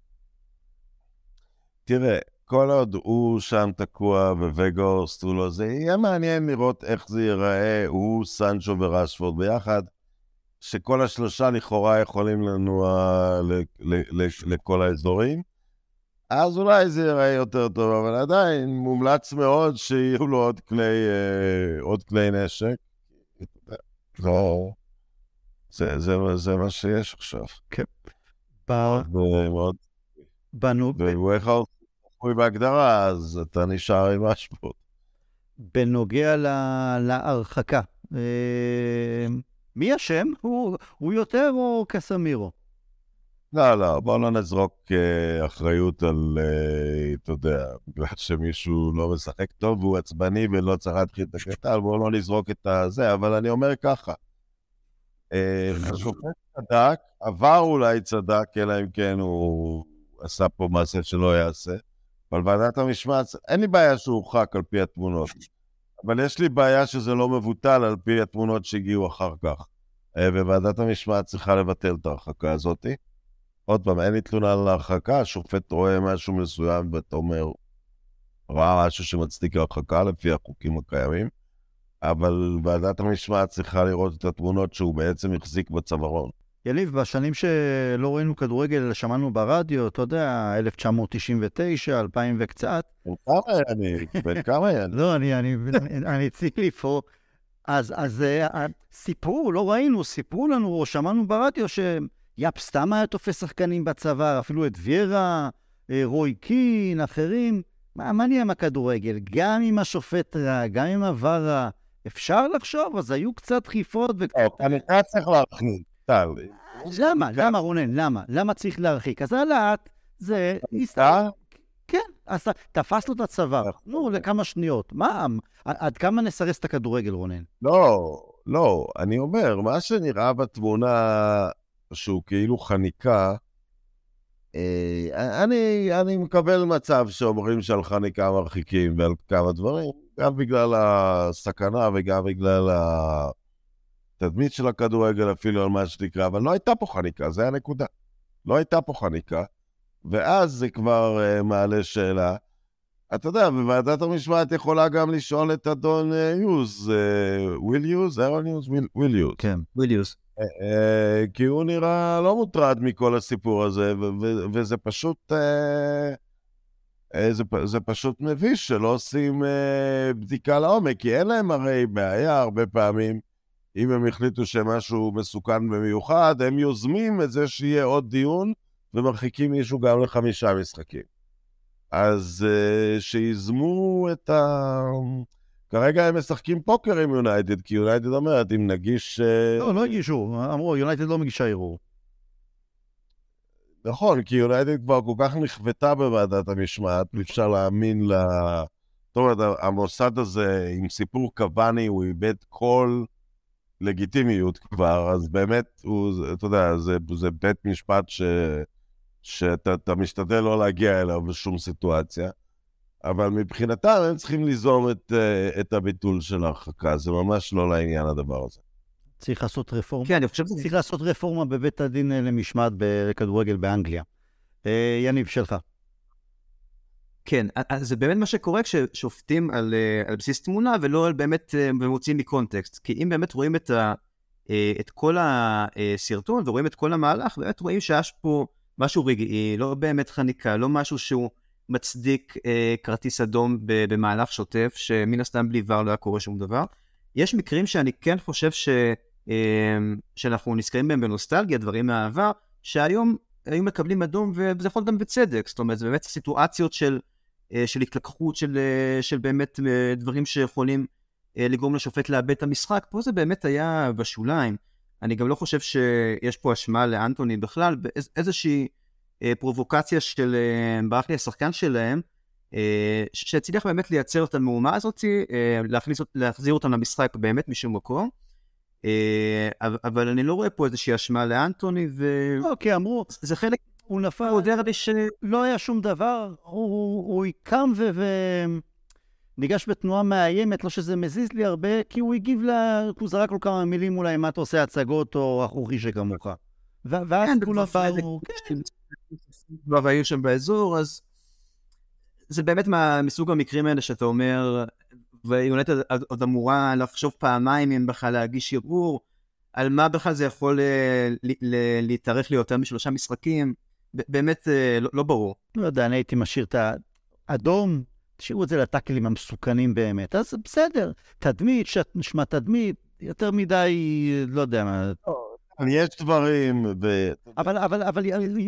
תראה, כל עוד הוא שם תקוע וווגורסט, הוא לא זה, יהיה מעניין לראות איך זה ייראה, הוא, סנצ'ו ורשפורד ביחד, שכל השלושה לכאורה יכולים לנוע לכל האזורים, אז אולי זה ייראה יותר טוב, אבל עדיין מומלץ מאוד שיהיו לו עוד כלי, עוד כלי נשק. לא, זה, זה, זה מה שיש עכשיו. כן. ומאוד... בנו... והוא איך הוא בהגדרה, אז אתה נשאר עם השפות. בנוגע להרחקה. מי השם? הוא, הוא יותר או קסמירו? לא, לא, בואו לא נזרוק uh, אחריות על, uh, אתה יודע, בגלל שמישהו לא משחק טוב והוא עצבני ולא צריך להתחיל את הקטע, בואו לא נזרוק את הזה, אבל אני אומר ככה, uh, השופט צדק, עבר אולי צדק, אלא אם כן הוא עשה פה מעשה שלא יעשה, אבל ועדת המשמעת, אין לי בעיה שהוא הורחק על פי התמונות, אבל יש לי בעיה שזה לא מבוטל על פי התמונות שהגיעו אחר כך, uh, וועדת המשמעת צריכה לבטל את ההרחקה הזאת. עוד פעם, אין לי תלונה על ההרחקה, השופט רואה משהו מסוים ואתה אומר, ראה משהו שמצדיק ההרחקה לפי החוקים הקיימים, אבל ועדת המשמעת צריכה לראות את התמונות שהוא בעצם החזיק בצווארון. יניב, בשנים שלא ראינו כדורגל, אלא שמענו ברדיו, אתה יודע, אלף תשע מאות תשעים ותשע, אלפיים וקצת. בן כמה אני, בן כמה אני. לא, אני, אני, אני צריך לי פה. אז, אז סיפרו, לא ראינו, סיפרו לנו, או שמענו ברדיו, שיאפ סתם היה תופס שחקנים בצבא, אפילו את ויירה, רוי קין, אחרים. מה, מה נהיה עם הכדורגל? גם עם השופט רע, גם עם הווארה, אפשר לחשוב, אז היו קצת דחיפות וקצת... אני כאן צריך להרחיק, טל. למה? למה, רונן? למה? למה צריך להרחיק? אז הלהט זה... אתה? כן, אז תפס לו את הצבא. נו, לכמה שניות. מה? עד כמה נסרס את הכדורגל, רונן? לא, לא, אני אומר, מה שנראה בתמונה שהוא כאילו חניקה, אני, אני מקבל מצב שאומרים שעל חניקה מרחיקים ועל כמה דברים, גם בגלל הסכנה וגם בגלל התדמית של הכדורגל, אפילו על מה שתקרא, אבל לא הייתה פה חניקה, זה הנקודה. לא הייתה פה חניקה, ואז זה כבר uh, מעלה שאלה. אתה יודע, בוועדת המשמעת יכולה גם לשאול את אדון יוז, וויל יוז, אירון יוז, וויל יוז. כן, וויל יוז. כי הוא נראה לא מוטרד מכל הסיפור הזה, וזה פשוט, זה פשוט מביש שלא עושים בדיקה לעומק, כי אין להם הרי בעיה הרבה פעמים, אם הם החליטו שמשהו מסוכן במיוחד, הם יוזמים את זה שיהיה עוד דיון, ומרחיקים מישהו גם לחמישה משחקים. אז שיזמו את ה... כרגע הם משחקים פוקר עם יונייטד, כי יונייטד אומרת, אם נגיש... לא, לא הגישו, אמרו, יונייטד לא מגישה ערעור. נכון, כי יונייטד כבר כל כך נכוותה בוועדת המשמעת, אפשר להאמין ל... זאת אומרת, המוסד הזה, עם סיפור קוואני, הוא איבד כל לגיטימיות כבר, אז באמת, הוא, אתה יודע, זה, זה בית משפט ש... שאתה משתדל לא להגיע אליו בשום סיטואציה. אבל מבחינתם הם צריכים ליזום את, את הביטול של ההרחקה, זה ממש לא לעניין הדבר הזה. צריך לעשות רפורמה. כן, אני חושב שזה... צריך לעשות רפורמה בבית הדין למשמעת בכדורגל באנגליה. יניב, שלך. כן, אז זה באמת מה שקורה כששופטים על, על בסיס תמונה, ולא על באמת מוצאים מקונטקסט. כי אם באמת רואים את, ה, את כל הסרטון, ורואים את כל המהלך, באמת רואים שיש פה משהו רגעי, לא באמת חניקה, לא משהו שהוא... מצדיק אה, כרטיס אדום במהלך שוטף, שמן הסתם בלי ור לא היה קורה שום דבר. יש מקרים שאני כן חושב ש, אה, שאנחנו נזכרים בהם בנוסטלגיה, דברים מהעבר, שהיום היו מקבלים אדום, וזה יכול גם בצדק. זאת אומרת, זה באמת סיטואציות של, אה, של התלקחות, של, אה, של באמת אה, דברים שיכולים אה, לגרום לשופט לאבד את המשחק. פה זה באמת היה בשוליים. אני גם לא חושב שיש פה אשמה לאנטוני בכלל, באיזושהי פרובוקציה של ברח לי השחקן שלהם, שהצליח באמת לייצר את המהומה הזאת, להכניס, להחזיר אותם למשחק באמת משום מקום, אבל אני לא רואה פה איזושהי אשמה לאנטוני, אוקיי, אמרו, זה חלק, הוא נפל, הוא יודע ש... לא היה שום דבר, הוא יקם וניגש בתנועה מאיימת, לא שזה מזיז לי הרבה, כי הוא הגיב לה, הוא זרק לו כמה מילים אולי, מה אתה עושה הצגות או אחוכי שכמוך. ואז כולם באו, כן. והיו שם באזור, אז זה באמת מסוג המקרים האלה שאתה אומר, ויונייטד עוד אמורה לחשוב פעמיים אם בכלל להגיש ערעור, על מה בכלל זה יכול להתארך לי יותר משלושה משחקים, באמת לא ברור. לא יודע, אני הייתי משאיר את האדום, תשאירו את זה לטאקלים המסוכנים באמת, אז בסדר, תדמית, נשמע תדמית, יותר מדי, לא יודע מה... יש דברים, אבל, אבל, אבל,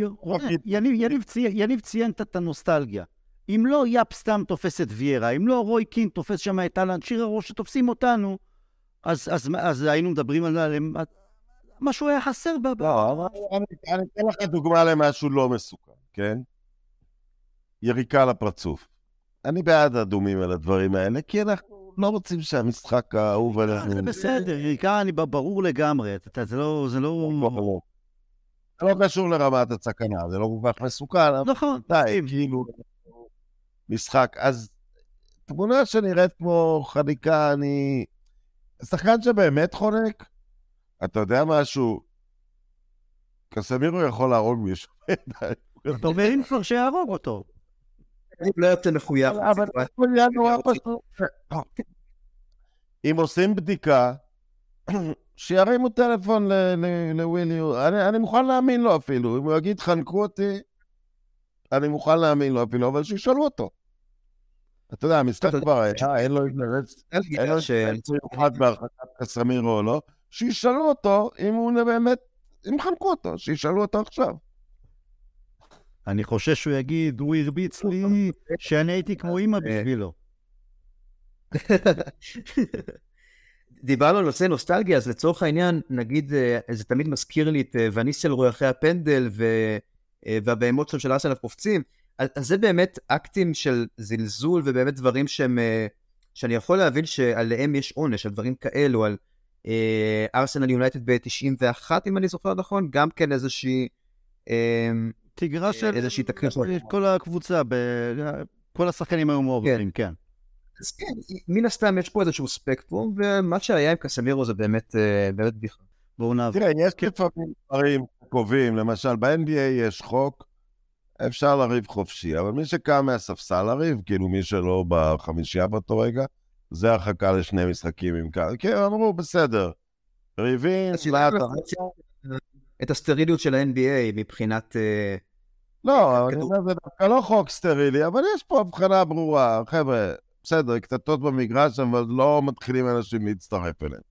יניב ציין את הנוסטלגיה. אם לא יאפ סתם תופס את ויירה, אם לא רוי קין תופס שם את אלן שיר הראש שתופסים אותנו, אז, אז, אז היינו מדברים עליהם, משהו היה חסר בה. לא, אני אתן לך דוגמה למשהו לא מסוכן, כן? יריקה לפרצוף. אני בעד הדומים על הדברים האלה, כי אנחנו... לא רוצים שהמשחק האהוב עלינו... זה בסדר, יריקה, אני ברור לגמרי, זה לא... זה לא קשור לרמת הסכנה, זה לא כל כך מסוכן. נכון. די, כאילו, משחק. אז תמונה שנראית כמו חניקה, אני... שחקן שבאמת חונק, אתה יודע משהו, קסמירו יכול להרוג מישהו. אתה אומר אם כבר שיהרוג אותו. אני לא יוצא מחויב. אבל אם עושים בדיקה שירימו טלפון לווילי, אני, אני מוכן להאמין לו אפילו, אם הוא יגיד חנקו אותי, אני מוכן להאמין לו אפילו, אבל שישאלו אותו. אתה יודע, המשחק כבר היה, אין לו התנרץ, אין לו שיוחד בהרחקת קסמירו או לא, שישאלו אותו אם הוא באמת, אם חנקו אותו, שישאלו אותו עכשיו. אני חושב שהוא יגיד, הוא הרביץ לי שאני הייתי כמו אמא בשבילו. דיברנו על נושא נוסטלגיה, אז לצורך העניין, נגיד, זה תמיד מזכיר לי את וניסל רוי אחרי הפנדל, והבהמות שלו של ארסנל קופצים, אז זה באמת אקטים של זלזול, ובאמת דברים שהם, שאני יכול להבין שעליהם יש עונש, על דברים כאלו, על ארסנל יונייטד ב-תשעים ואחת, אם אני זוכר נכון, גם כן איזושהי... תיגרה של כל הקבוצה, כל השחקנים היו מעורבים, כן. אז כן, מן הסתם יש פה איזשהו ספקטרום, ומה שהיה עם קסמירו זה באמת בדיחה. בואו נעבור. תראה, יש לפעמים דברים קובעים, למשל ב-אן בי איי יש חוק, אפשר לריב חופשי, אבל מי שקם מהספסל לריב, כאילו מי שלא בחמישייה באותו רגע, זה הרחקה לשני משחקים עם כאלה. כן, אמרו, בסדר. ריבים, את הסטריליות של ה-אן בי איי מבחינת... לא, אני אומר, זה דווקא לא חוק סטרילי, אבל יש פה הבחנה ברורה. חבר'ה, בסדר, קטטות במגרש, אבל לא מתחילים אנשים להצטרף אליהם.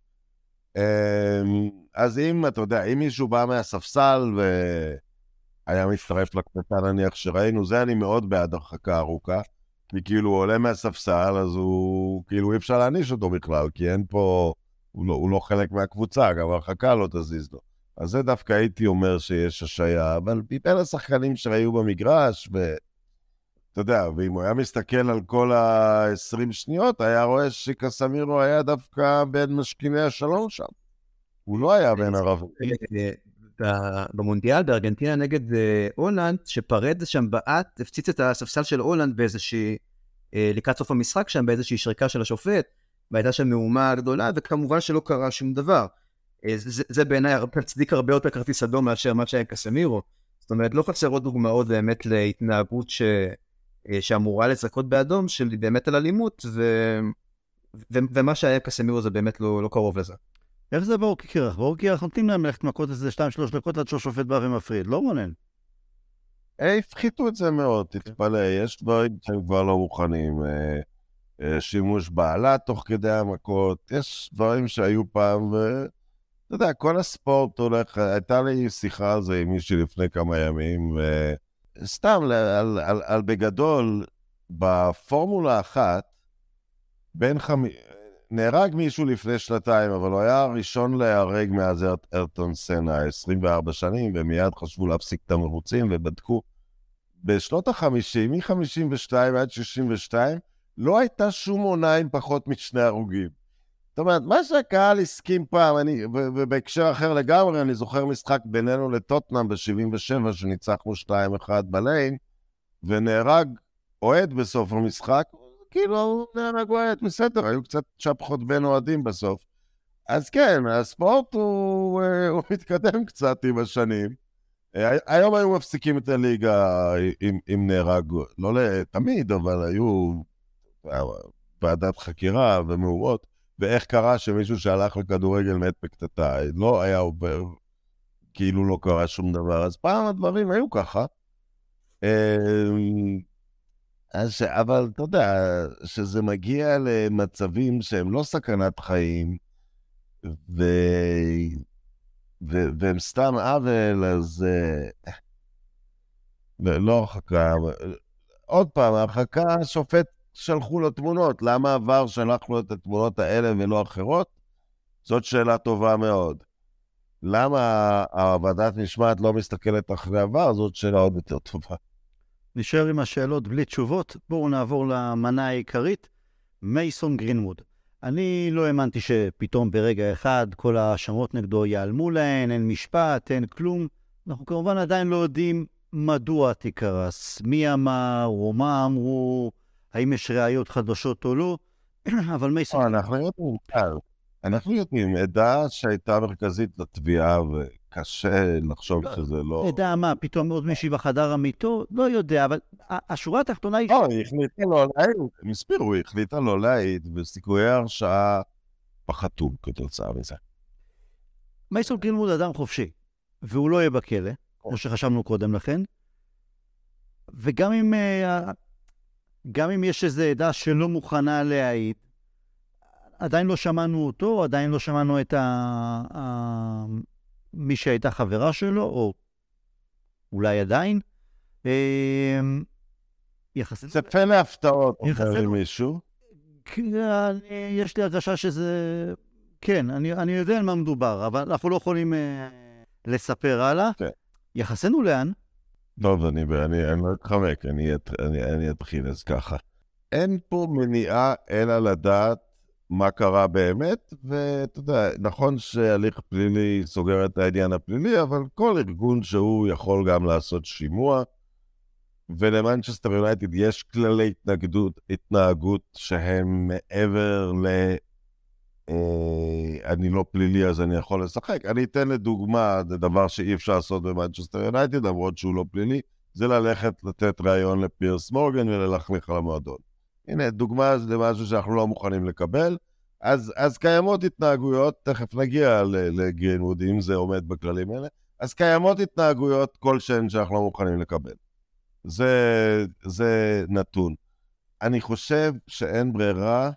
אז אם, אתה יודע, אם מישהו בא מהספסל והיה מצטרף לקטטה נניח שראינו, זה אני מאוד בעד הרחקה ארוכה, כי כאילו הוא עולה מהספסל, אז הוא, כאילו אי אפשר להעניש אותו בכלל, כי אין פה, הוא לא, הוא לא חלק מהקבוצה, גם הרחקה לא תזיז לו. אז זה דווקא הייתי אומר שיש השעיה, אבל בין השחקנים שראיו במגרש, ו... אתה יודע, ואם הוא היה מסתכל על כל ה-עשרים שניות, היה רואה שקסמירו היה דווקא בין משכיני השלום שם. הוא לא היה בין ערבים. במונדיאל בארגנטינה נגד הולנד, שפרד שם בעט, הפציץ את הספסל של הולנד באיזושהי, לקראת סוף המשחק שם, באיזושהי שריקה של השופט, והייתה שם מהומה גדולה, וכמובן שלא קרה שום דבר. זה, זה בעיניי מצדיק הרבה יותר כרטיס אדום מאשר מה שהיה קסמירו. זאת אומרת, לא חסר עוד דוגמאות באמת להתנהגות ש... שאמורה לזכות באדום, של באמת על אלימות, ו... ו... ומה שהיה קסמירו זה באמת לא, לא קרוב לזה. איך זה באורקי קירח? באורקי קירח נותנים להם ללכת מכות איזה שתיים שלוש דקות עד שהשופט בא ומפריד, לא רונן? הפחיתו את זה מאוד, תתפלא, יש דברים שהם כבר לא מוכנים, שימוש בעלה תוך כדי המכות, יש דברים שהיו פעם, ואתה יודע, כל הספורט הולך, הייתה לי שיחה על זה עם מישהי לפני כמה ימים, וסתם, על, על, על, על בגדול, בפורמולה אחת, בין חמי... נהרג מישהו לפני שנתיים, אבל הוא היה הראשון להיהרג מאז איירטון סנה, עשרים וארבע שנים, ומיד חשבו להפסיק את המרוצים ובדקו. בשנות ה-חמישים, מ-חמישים ושתיים עד שישים ושתיים, לא הייתה שום עונה עם פחות משני הרוגים. זאת אומרת, מה שהקהל הסכים פעם, אני, ובהקשר אחר לגמרי, אני זוכר משחק בינינו לטוטנאם ב-שבעים ושבע, שניצחנו שתיים אחד בליין, ונהרג אוהד בסוף המשחק, כאילו נהרג אוהד, בסדר, היו קצת שפחות בין אוהדים בסוף. אז כן, הספורט הוא, הוא מתקדם קצת עם השנים. היום היו מפסיקים את הליגה עם, עם נהרג, לא תמיד, אבל היו ועדת חקירה ומהומות, ואיך קרה שמישהו שהלך לכדורגל מת בקטטה, לא היה עובר, כאילו לא קרה שום דבר, אז פעם הדברים היו ככה. אז, אבל אתה יודע, שזה מגיע למצבים שהם לא סכנת חיים, ו... ו... והם סתם עוול, אז לא הרחקה. עוד פעם, הרחקה, השופט שלחו לו תמונות. למה עבר שלח לו את התמונות האלה ולא אחרות? זאת שאלה טובה מאוד. למה הוועדת משמעת לא מסתכלת אחרי עבר? זאת שאלה עוד יותר טובה. נשאר עם השאלות בלי תשובות. בואו נעבור למנה העיקרית. מייסון גרינווד. אני לא האמנתי שפתאום ברגע אחד כל האשמות נגדו ייעלמו להן, אין משפט, אין כלום. אנחנו כמובן עדיין לא יודעים מדוע תיקרס, מי אמר או מה אמרו, האם יש ראיות חדשות או לא, אבל מייסון... אנחנו יודעים, אנחנו יודעים, עדה שהייתה מרכזית לתביעה וקשה לחשוב שזה לא... עדה מה, פתאום עוד מישהי בחדר המיטו? לא יודע, אבל השורה התחתונה היא... לא, היא החליטה לא להעיד, הם הסבירו, היא החליטה לא להעיד, וסיכויי הרשעה פחתו כתוצאה מזה. מייסון גרינווד אדם חופשי, והוא לא יהיה בכלא, כמו שחשבנו קודם לכן, וגם אם, גם אם יש איזו עדה שלא מוכנה להעיד, עדיין לא שמענו אותו, עדיין לא שמענו את ה... ה... מי שהייתה חברה שלו, או אולי עדיין. יחסית... זה פה להפתעות, אומר מישהו. יש לי הרגשה שזה... כן, אני, אני יודע על מה מדובר, אבל אנחנו לא יכולים uh, לספר הלאה. כן. יחסנו לאן? טוב, אני, אני, אני לא אתחמק, אני, אני, אני אתחיל אז ככה. אין פה מניעה אלא לדעת מה קרה באמת, ואתה יודע, נכון שהליך פלילי סוגר את העניין הפלילי, אבל כל ארגון שהוא יכול גם לעשות שימוע, ולמנצ'סטר יונייטד יש כללי התנגדות, התנהגות שהם מעבר ל... אני לא פלילי אז אני יכול לשחק. אני אתן לדוגמה, זה דבר שאי אפשר לעשות במנצ'סטר יונייטד, למרות שהוא לא פלילי, זה ללכת לתת רעיון לפירס מורגן וללכלך על המועדון. הנה, דוגמה זה משהו שאנחנו לא מוכנים לקבל, אז, אז קיימות התנהגויות, תכף נגיע לגרינווד, אם זה עומד בכללים האלה, אז קיימות התנהגויות כלשהן שאנחנו לא מוכנים לקבל. זה, זה נתון. אני חושב שאין ברירה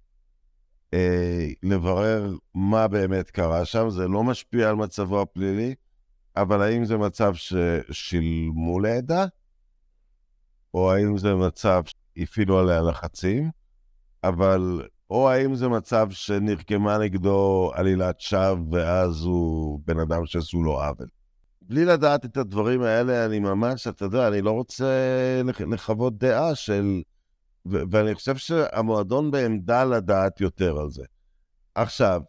אה, לברר מה באמת קרה שם, זה לא משפיע על מצבו הפלילי, אבל האם זה מצב ששילמו לעדה, או האם זה מצב שהפעילו עליה לחצים, אבל, או האם זה מצב שנרקמה נגדו עלילת שווא, ואז הוא בן אדם שעשו לו עוול. בלי לדעת את הדברים האלה, אני ממש, אתה יודע, אני לא רוצה לחוות דעה של... ו- ואני חושב שהמועדון בעמדה לדעת יותר על זה. עכשיו,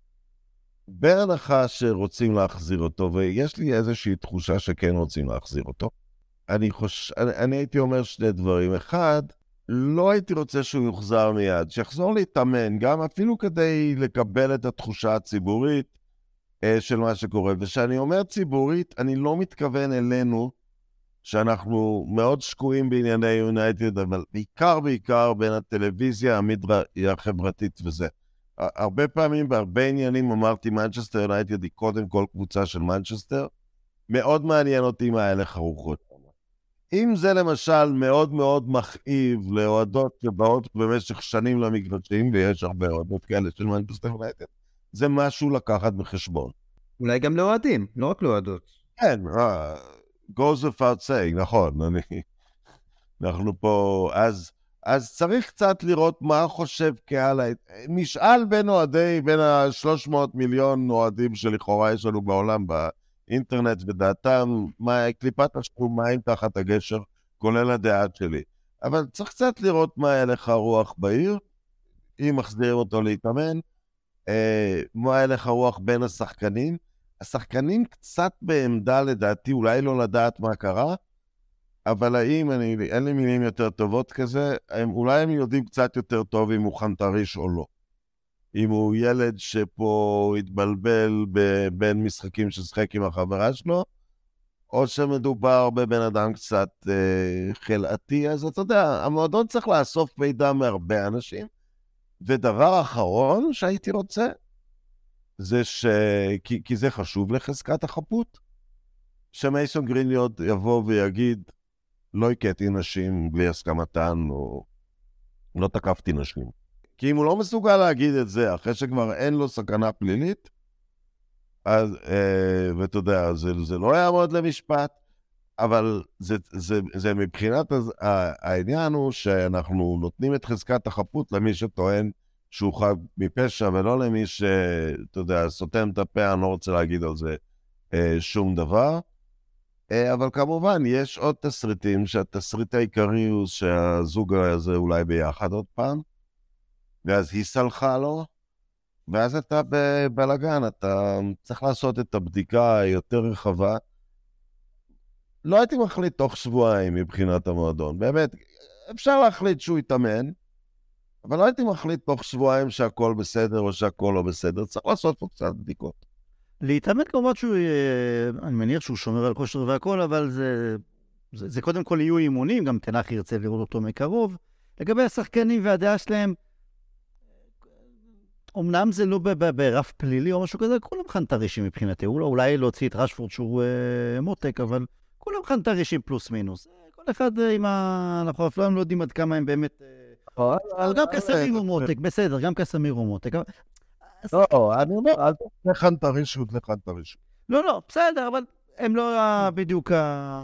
בהנחה שרוצים להחזיר אותו, ויש לי איזושהי תחושה שכן רוצים להחזיר אותו, אני, חוש... אני, אני הייתי אומר שני דברים. אחד, לא הייתי רוצה שהוא יוחזר מיד, שיחזור להתאמן, גם אפילו כדי לקבל את התחושה הציבורית, של מה שקורה. ושאני אומר ציבורית, אני לא מתכוון אלינו, שאנחנו מאוד שקועים בענייני יונייטד, אבל בעיקר בעיקר בין הטלוויזיה, המדיה החברתית וזה. הרבה פעמים, בהרבה עניינים אמרתי, מנצ'סטר יונייטד היא קודם כל קבוצה של מנצ'סטר, מאוד מעניין אותי מה הלך הרוחות. אם זה למשל מאוד מאוד מכאיב לאוהדות שבאות במשך שנים למגרשים, ויש הרבה אוהדות כאלה של מנצ'סטר יונייטד, זה משהו לקחת בחשבון. אולי גם לאוהדים, לא רק לאוהדות. כן, goes without saying, נכון, אני, אנחנו פה, אז, אז צריך קצת לראות מה חושב קהל, משאל בין אוהדי, בין ה-שלוש מאות מיליון אוהדים שלכאורה יש לנו בעולם באינטרנט ודעתם, מה, קליפת השקומיים תחת הגשר, כולל הדעת שלי. אבל צריך קצת לראות מה הלך הרוח בעיר, אם מחזירים אותו להתאמן, מה הלך הרוח בין השחקנים. השחקנים קצת בעמדה לדעתי, אולי לא לדעת מה קרה, אבל האם, אני, אין לי מילים יותר טובות כזה, הם, אולי הם יודעים קצת יותר טוב אם הוא חנטריש או לא. אם הוא ילד שפה התבלבל ב, בין משחקים ששחק עם החברה שלו, או שמדובר בבן אדם קצת אה, חלעתי, אז אתה יודע, המועדון צריך לאסוף מידע מהרבה אנשים, ודבר אחרון שהייתי רוצה, זה ש... כי, כי זה חשוב לחזקת החפות, שמייסון גרינווד יבוא ויגיד, לא הכיתי נשים בלי הסכמתן, או לא תקפתי נשים. כי אם הוא לא מסוגל להגיד את זה, אחרי שכבר אין לו סכנה פלילית, אז, אה, ואתה יודע, זה, זה לא יעמוד למשפט, אבל זה, זה, זה מבחינת העניין הוא שאנחנו נותנים את חזקת החפות למי שטוען שהוא חד מפשע, ולא למי שאתה יודע, סותם את הפה, אני לא רוצה להגיד על זה אה, שום דבר. אה, אבל כמובן, יש עוד תסריטים, שהתסריט העיקרי הוא שהזוג הזה אולי ביחד עוד פעם, ואז היא סלחה לו, ואז אתה בבלגן, אתה צריך לעשות את הבדיקה היותר רחבה. לא הייתי מחליט תוך שבועיים מבחינת המועדון. באמת, אפשר להחליט שהוא יתאמן, אבל לא הייתי מחליט תוך שבועיים שהכל בסדר או שהכל לא בסדר. צריך לעשות פה קצת בדיקות. להתאמן כמובן שהוא, אני מניח שהוא שומר על כושר והכל, אבל זה, זה, זה קודם כל יהיו אימונים, גם תנח ירצה לראות אותו מקרוב. לגבי השחקנים והדעה שלהם, אמנם זה לא ברף פלילי או משהו כזה, כולם חנטרישים מבחינתי. אולי להוציא את רשפורד שהוא מותק, אבל כולם חנטרישים פלוס מינוס. כל אחד עם ה... אנחנו אפילו לא יודעים עד כמה הם באמת... גם קסמיר הוא מותק, בסדר, גם קסמיר הוא מותק. לא, אני אומר, אל תהיה חנטרישות לחנטרישות. לא, לא, בסדר, אבל הם לא בדיוק ה...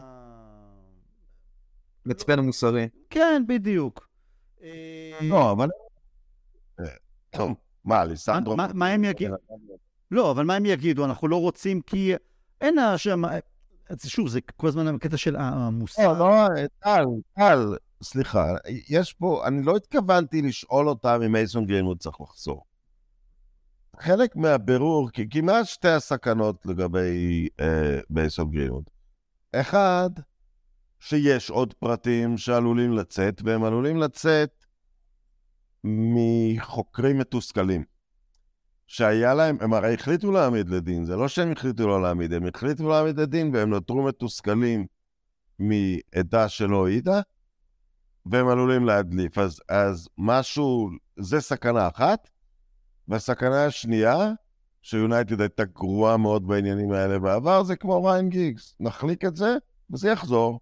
מצפן המוסרי. כן, בדיוק. לא, אבל... טוב, מה, ליסנדרו? מה הם יגידו? לא, אבל מה הם יגידו? אנחנו לא רוצים כי... אין שם... שוב, זה כל הזמן הקטע של המוסר. לא, לא, טל, טל, סליחה, יש פה... אני לא התכוונתי לשאול אותם אם מייסון גרינווד צריך לחזור. חלק מהבירור, כי כמעט שתי הסכנות לגבי מייסון גרינווד. אחד, שיש עוד פרטים שעלולים לצאת, והם עלולים לצאת מחוקרים מתוסכלים. שהיה להם, הם הרי החליטו להעמיד לדין, זה לא שהם החליטו לא להעמיד, הם החליטו להעמיד לדין, והם נותרו מתוסכלים מעדה שלא העידה, והם עלולים להדליף. אז, אז משהו, זה סכנה אחת, והסכנה השנייה, שיונייטד הייתה גרועה מאוד בעניינים האלה בעבר, זה כמו ריין גיגס. נחליק את זה, וזה יחזור.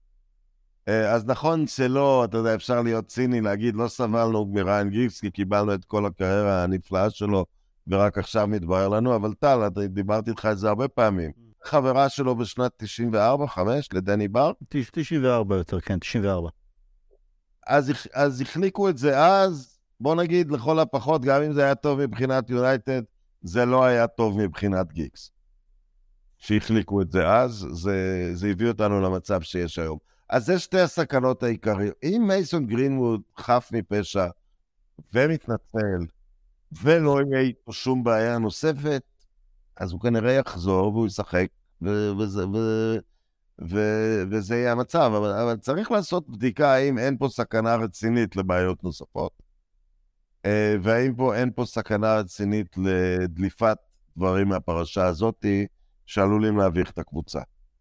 אז נכון שלא, אתה יודע, אפשר להיות ציני, להגיד, לא סבלנו מריין גיגס, כי קיבלנו את כל הקריירה הנפלאה שלו, ורק עכשיו מתברר לנו, אבל טל, דיברתי איתך את זה הרבה פעמים. חברה שלו בשנת תשעים וארבע, חמש, לדני בר? תשעים וארבע יותר, כן, תשעים וארבע. אז, אז החליקו את זה אז, בוא נגיד, לכל הפחות, גם אם זה היה טוב מבחינת יונייטד, זה לא היה טוב מבחינת גיגס. שהחליקו את זה אז, זה, זה הביא אותנו למצב שיש היום. אז זה שתי הסכנות העיקריות. אם מייסון גרינווד חף מפשע ומתנצל, ולא יהיה איתו שום בעיה נוספת, אז הוא כנראה יחזור והוא ישחק, ו- וזה, ו- ו- וזה יהיה המצב. אבל, אבל צריך לעשות בדיקה האם אין פה סכנה רצינית לבעיות נוספות, והאם פה אין פה סכנה רצינית לדליפת דברים מהפרשה הזאת שעלולים להביך את הקבוצה.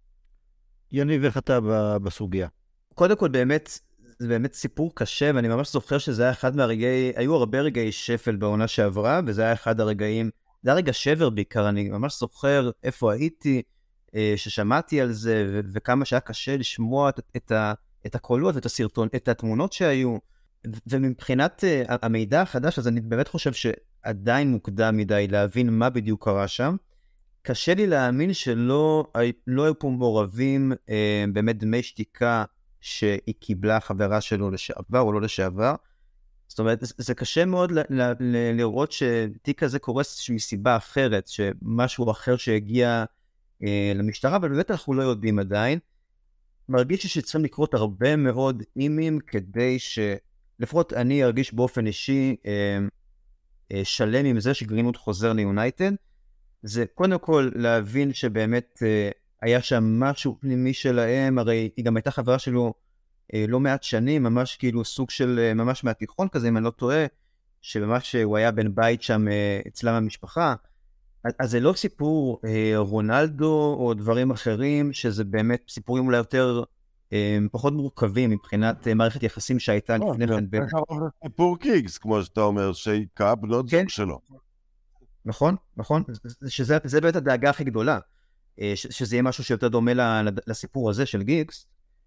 יניב, איך אתה בסוגיה? קודם כל, באמת, זה באמת סיפור קשה, ואני ממש זוכר שזה היה אחד מהרגעי, היו הרבה רגעי שפל בעונה שעברה, וזה היה אחד הרגעים, זה היה רגע שבר בעיקר, אני ממש זוכר איפה הייתי, ששמעתי על זה, ו- וכמה שהיה קשה לשמוע את, את, ה- את הקולות ואת הסרטון, את התמונות שהיו, ו- ומבחינת uh, המידע החדש, אז אני באמת חושב שעדיין מוקדם מדי להבין מה בדיוק קרה שם, קשה לי להאמין שלא לא היו פה מעורבים אה, באמת דמי שתיקה שהיא קיבלה חברה שלו לשעבר או לא לשעבר. זאת אומרת, זה, זה קשה מאוד ל, ל, ל, לראות שתיק הזה קורס מסיבה אחרת, שמשהו אחר שהגיע אה, למשטרה, אבל באמת אנחנו לא יודעים עדיין. מרגיש שצריכים לקרות הרבה מאוד אימים כדי שלפחות אני ארגיש באופן אישי אה, אה, שלם עם זה שגרינווד חוזר ליונייטד. זה קודם כל להבין שבאמת אה, היה שם משהו פנימי שלהם, הרי היא גם הייתה חברה שלו אה, לא מעט שנים, ממש כאילו סוג של, אה, ממש מהתיכון כזה, אם אני לא טועה, שממש הוא היה בן בית שם אה, אצלם המשפחה. אז, אז זה לא סיפור אה, רונלדו או דברים אחרים, שזה באמת סיפורים אולי יותר, אה, פחות מורכבים מבחינת אה, מערכת יחסים שהייתה לא, לפני כן. זה סיפור גיגס, כמו שאתה אומר, שהיכה בנות זוג שלו. נכון, נכון, שזה, זה באמת הדאגה הכי גדולה, שזה יהיה משהו שיותר דומה לסיפור הזה של גיגס.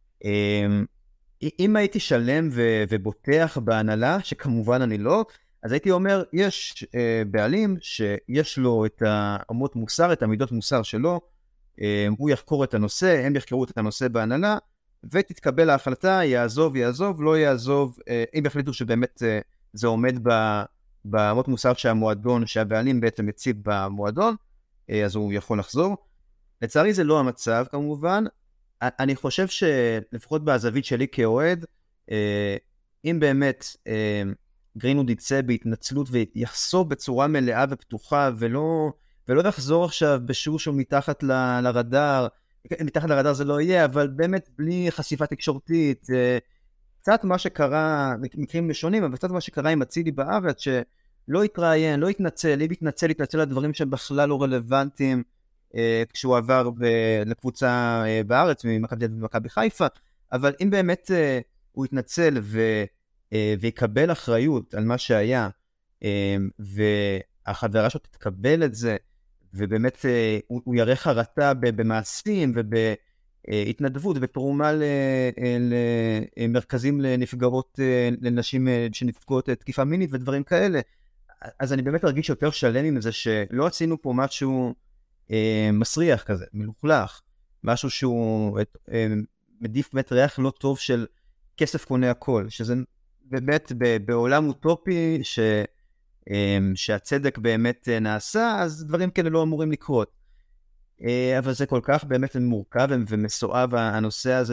אם הייתי שלם ו- ובוטח בהנהלה, שכמובן אני לא, אז הייתי אומר, יש בעלים שיש לו את האמות מוסר, את המידות מוסר שלו, הוא יחקור את הנושא, הם יחקרו את הנושא בהנהלה, ותתקבל ההחלטה, יעזוב, יעזוב, לא יעזוב, אם יחליטו שבאמת זה עומד ב... באמות מוסר שהמועדון, שהבעלים בעצם מציב במועדון, אז הוא יכול לחזור. לצערי זה לא המצב כמובן. אני חושב שלפחות בהזווית שלי כאוהד, אם באמת גרינווד יצא בהתנצלות ויחשוף בצורה מלאה ופתוחה, ולא, ולא יחזור עכשיו בשושו מתחת ל, לרדאר, מתחת לרדאר זה לא יהיה, אבל באמת בלי חשיפה תקשורתית, קצת מה שקרה, מקרים משונים, אבל קצת מה שקרה עם אצילי בארץ, שלא התראיין, לא התנצל, אם התנצל, התנצל לדברים שהם בכלל לא רלוונטיים, אה, כשהוא עבר ב- לקבוצה אה, בארץ, ממכבי ומכבי חיפה, אבל אם באמת אה, הוא התנצל ו, אה, ויקבל אחריות על מה שהיה, והחברה שלו תתקבל את זה, ובאמת הוא, הוא יראה חרטה במעשים ובהתנדבות ותרומה למרכזים לנפגעות, לנשים שנפגעות תקיפה מינית ודברים כאלה, אז אני באמת ארגיש יותר שלם עם זה שלא עשינו פה משהו מסריח כזה, מלוכלך, משהו שהוא מדיף באמת ריח לא טוב של כסף קונה הכל, שזה באמת בעולם אוטופי ש... שהצדק באמת נעשה, אז דברים כאלה לא אמורים לקרות. אבל זה כל כך באמת מורכב ומסועב הנושא הזה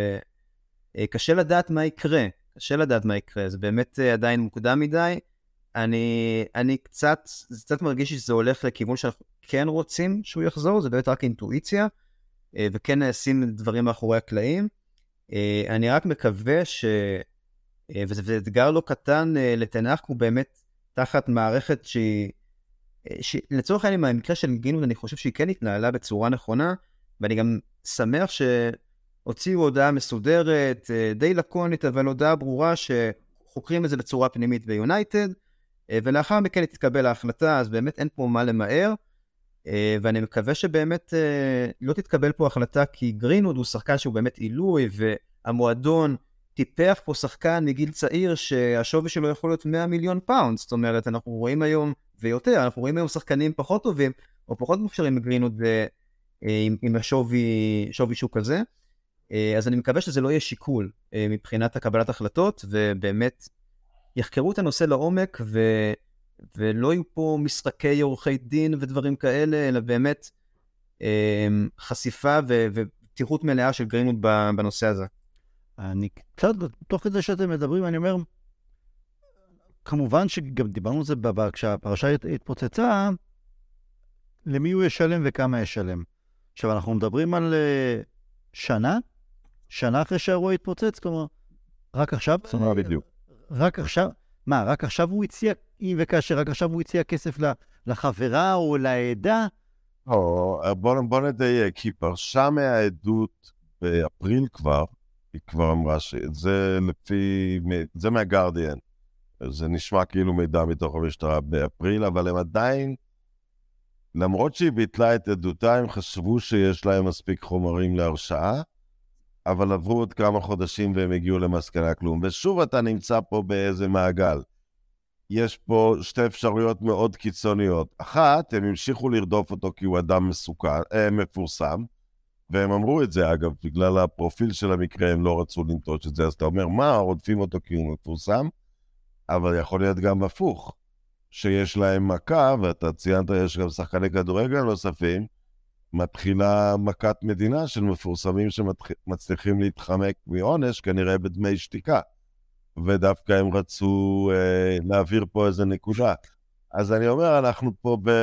שקשה לדעת מה יקרה, קשה לדעת מה יקרה, זה באמת עדיין מוקדם מדי. אני, אני קצת, זה קצת מרגיש שזה הולך לכיוון שאנחנו כן רוצים שהוא יחזור, זה באמת רק אינטואיציה, וכן נעשים דברים מאחורי הקלעים. אני רק מקווה ש... וזה אתגר לא קטן לתנ"ך, הוא באמת תחת מערכת שהיא, לצורך העניין, במקרה של גרינווד, אני חושב שהיא כן התנהלה בצורה נכונה, ואני גם שמח שהוציאו הודעה מסודרת, די לקונית, אבל הודעה ברורה שחוקרים את זה בצורה פנימית ביונייטד, ולאחר מכן תתקבל ההחלטה, אז באמת אין פה מה למהר, ואני מקווה שבאמת לא תתקבל פה החלטה, כי גרינווד הוא שחקן שהוא באמת עילוי, והמועדון טיפח פה שחקן מגיל צעיר שהשווי שלו יכול להיות מאה מיליון פאונד, זאת אומרת, אנחנו רואים היום, ויותר, אנחנו רואים היום שחקנים פחות טובים, או פחות מוכשרים מגרינווד עם, עם השווי שווי שוק הזה, אז אני מקווה שזה לא יהיה שיקול מבחינת הקבלת החלטות, ובאמת יחקרו את הנושא לעומק, ו, ולא יהיו פה משחקי עורכי דין ודברים כאלה, אלא באמת חשיפה ו, ופתיחות מלאה של גרינווד בנושא הזה. אני קצת, תוך כדי שאתם מדברים, אני אומר, כמובן שגם דיברנו על זה כשהפרשה התפוצצה, למי הוא ישלם וכמה ישלם. עכשיו, אנחנו מדברים על שנה, שנה אחרי שהאירוע התפוצץ, כלומר, רק עכשיו? שנה בדיוק. רק עכשיו? מה, רק עכשיו הוא הציע, אם וכאשר, רק עכשיו הוא הציע כסף לחברה או לעדה? או, בוא, בוא נדייק, כי פרשה מהעדות באפריל כבר, היא כבר אמרה שזה לפי, זה מהגרדיאן. זה נשמע כאילו מידע מתוך המשטרה באפריל, אבל הם עדיין, למרות שהיא ביטלה את עדותה, הם חשבו שיש להם מספיק חומרים להרשעה, אבל עברו עוד כמה חודשים והם הגיעו למסקנה כלום. ושוב אתה נמצא פה באיזה מעגל. יש פה שתי אפשרויות מאוד קיצוניות. אחת, הם המשיכו לרדוף אותו כי הוא אדם מסוכן, אה, מפורסם, והם אמרו את זה, אגב, בגלל הפרופיל של המקרה, הם לא רצו לנטוש את זה, אז אתה אומר, מה, רודפים אותו כי הוא מפורסם? אבל יכול להיות גם הפוך, שיש להם מכה, ואתה ציינת, יש גם שחקני כדורגל נוספים, מתחילה מכת מדינה של מפורסמים שמצליחים להתחמק מעונש, כנראה בדמי שתיקה, ודווקא הם רצו אה, להעביר פה איזה נקודה. אז אני אומר, אנחנו פה ב...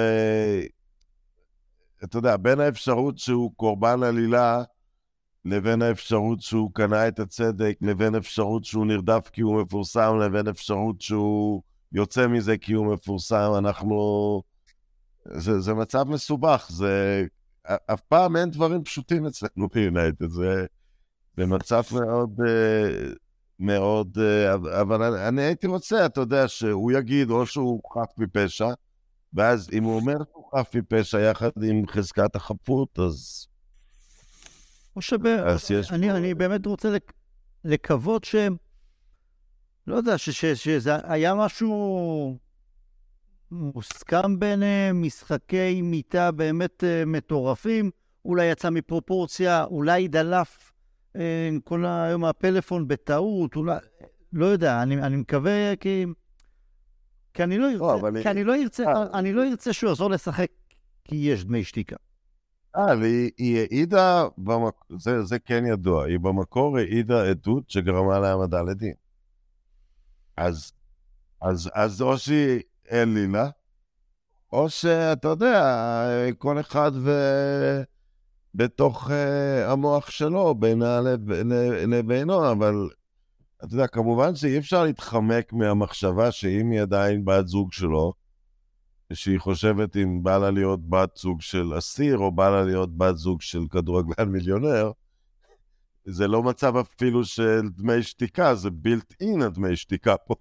אתה יודע, בין האפשרות שהוא קורבן עלילה, לבין האפשרות שהוא קנה את הצדק, לבין אפשרות שהוא נרדף כי הוא מפורסם, לבין אפשרות שהוא יוצא מזה כי הוא מפורסם, אנחנו... זה, זה מצב מסובך, זה... אף פעם אין דברים פשוטים אצלנו ביונייטד, זה במצב מאוד, מאוד... אבל אני, אני הייתי רוצה, אתה יודע, שהוא יגיד או שהוא חף מפשע, ואז אם הוא אומר שהוא חף מפשע יחד עם חזקת החפות, אז... או שבה, אני, אני באמת רוצה לק... לקוות ש... לא יודע, ש... ש... שזה היה משהו מוסכם ביניהם, משחקי מיטה באמת uh, מטורפים, אולי יצא מפרופורציה, אולי דלף uh, כל היום הפלאפון בטעות, אולי... לא יודע, אני, אני מקווה כי... כי אני לא ארצה, כי אני לא ארצה, אני לא ארצה שהוא יחזור לשחק כי יש דמי שתיקה. אה, והיא העידה, זה, זה כן ידוע, היא במקור העידה עדות שגרמה להעמדה לדין. אז, אז, אז או שהיא אלילה, או שאתה יודע, כל אחד ו... בתוך uh, המוח שלו, בינה לבינו, אבל אתה יודע, כמובן שאי אפשר להתחמק מהמחשבה שאם היא עדיין בת זוג שלו, שהיא חושבת אם בא לה להיות בת זוג של אסיר, או בא לה להיות בת זוג של כדורגלן מיליונר, זה לא מצב אפילו של דמי שתיקה, זה בילט אין הדמי שתיקה פה,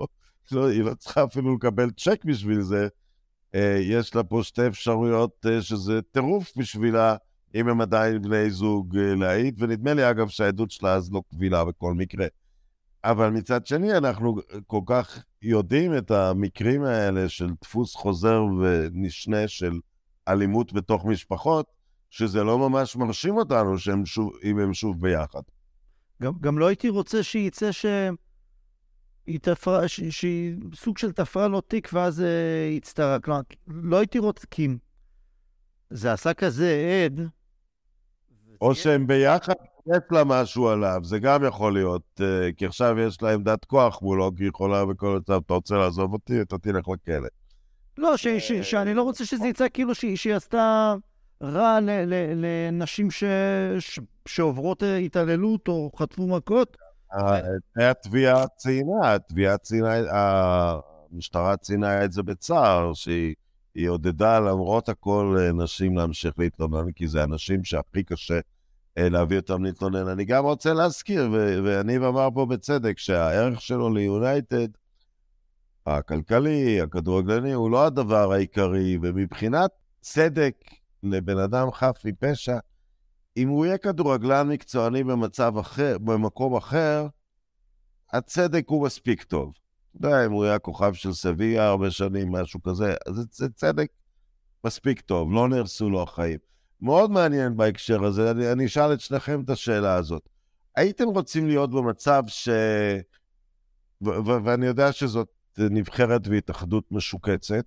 לא, היא לא צריכה אפילו לקבל צ'ק בשביל זה. יש לה פה שתי אפשרויות שזה טירוף בשבילה, אם הם עדיין בני זוג להעיד, ונדמה לי אגב שהעדות שלה אז לא קבילה בכל מקרה. אבל מצד שני אנחנו כל כך יודעים את המקרים האלה של דפוס חוזר ונשנה של אלימות בתוך משפחות, שזה לא ממש מרשים אותנו שהם שוב, אם הם שוב ביחד. גם, גם לא הייתי רוצה שייצא שהיא תפרה, ש... שהיא סוג של תפרה לו תיק ואז uh, יצטרה. כלומר, לא הייתי רוצה, כי זה עשה כזה עד. או שהם ביחד, יש לה משהו עליו, זה גם יכול להיות, uh, כי עכשיו יש לה עמדת כוח מולו, כי היא יכולה בכל מצב, אתה רוצה לעזוב אותי, אתה תלך לכלא. לא, ש... ש... שאני לא רוצה שזה יצא כאילו שהיא, שהיא עשתה רע ל... ל... לנשים ש... ש... שעוברות התעללות או חטפו מכות. התביעה ציינה, התביעה ציינה, המשטרה ציינה את זה בצער, שהיא עודדה למרות הכל נשים להמשיך להתלונן, כי זה אנשים שהכי קשה להביא אותם להתלונן. אני גם רוצה להזכיר, ואני אמר פה בצדק, שהערך שלו ליונייטד, הכלכלי, הכדורגלני, הוא לא הדבר העיקרי, ומבחינת צדק לבן אדם חף מפשע, אם הוא יהיה כדורגלן מקצועני במצב אחר, במקום אחר, הצדק הוא מספיק טוב. אתה יודע, אם הוא יהיה כוכב של סביה הרבה שנים, משהו כזה, אז זה צדק מספיק טוב, לא נהרסו לו החיים. מאוד מעניין בהקשר הזה, אני, אני אשאל את שניכם את השאלה הזאת. הייתם רוצים להיות במצב ש... ו- ו- ואני יודע שזאת נבחרת והתאחדות משוקצת,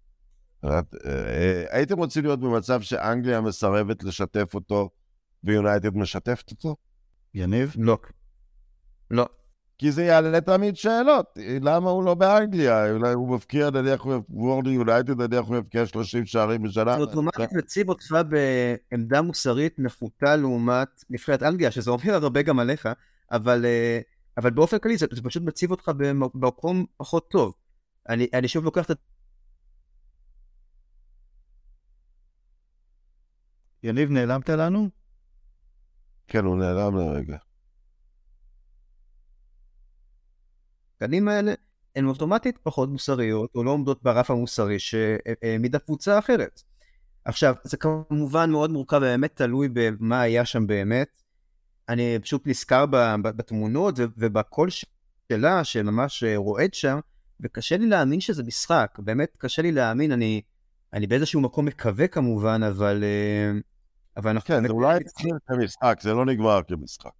הייתם רוצים להיות במצב שאנגליה מסרבת לשתף אותו ויונייטד משתפת אותו? יניב? לא. לא. כי זה יעלה תמיד שאלות. למה הוא לא באנגליה? אולי הוא מפקיע, נניח וורד יונייטד, נניח הוא מפקיע שלושים שערים בשנה. זאת אומרת, מציב אותך בעמדה מוסרית נחותה לעומת נבחרת אנגליה, שזה אומר הרבה גם עליך, אבל, אבל באופן כללי זה, זה פשוט מציב אותך במקום פחות טוב. אני, אני שוב לוקח את... יניב, נעלמת לנו? כן, הוא נעלם לרגע. הקנים האלה הן אוטומטית פחות מוסריות, או לא עומדות ברף המוסרי שמדע קבוצה אחרת. עכשיו, זה כמובן מאוד מורכב, באמת תלוי במה היה שם באמת. אני פשוט נזכר בתמונות ובקול שלה, שממש רועד שם, וקשה לי להאמין שזה משחק. באמת קשה לי להאמין, אני, אני באיזשהו מקום מקווה כמובן, אבל... אבל כן, זה אולי התחיל כמשחק, זה לא נגמר כמשחק.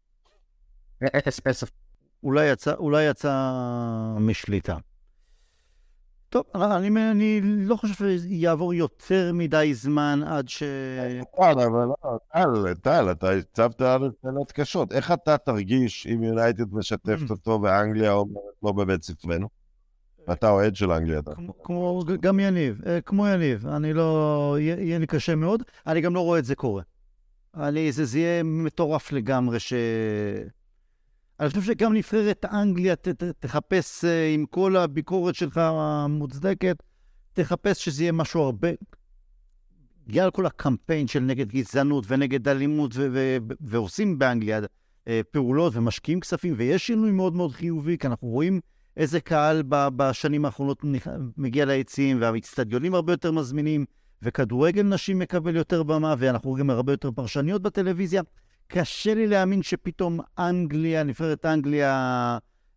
אולי יצא, אולי יצא משליטה. טוב, אני, אני לא חושב שיעבור יותר מדי זמן עד ש... טל, אבל לא, טל, טל, אתה הצבת על שאלות קשות. איך אתה תרגיש אם יונייטד משתפת אותו באנגליה או לא בבית ספרנו? ואתה אוהד של אנגליה. כמו, גם יניב, כמו יניב. אני לא... יהיה לי קשה מאוד. אני גם לא רואה את זה קורה. אני, זה, זה יהיה מטורף לגמרי ש... אני חושב שגם נבחרת אנגליה ת, ת, תחפש, עם כל הביקורת שלך המוצדקת, תחפש שזה יהיה משהו הרבה... בגלל כל הקמפיין של נגד גזענות ונגד אלימות, ו- ו- ו- ועושים באנגליה פעולות ומשקיעים כספים, ויש שינוי מאוד מאוד חיובי, כי אנחנו רואים איזה קהל בשנים האחרונות מגיע ליציעים, והאצטדיונים הרבה יותר מזמינים, וכדורגל נשים מקבל יותר במה, ואנחנו רואים הרבה יותר פרשניות בטלוויזיה. קשה לי להאמין שפתאום אנגליה, נבחרת אנגליה...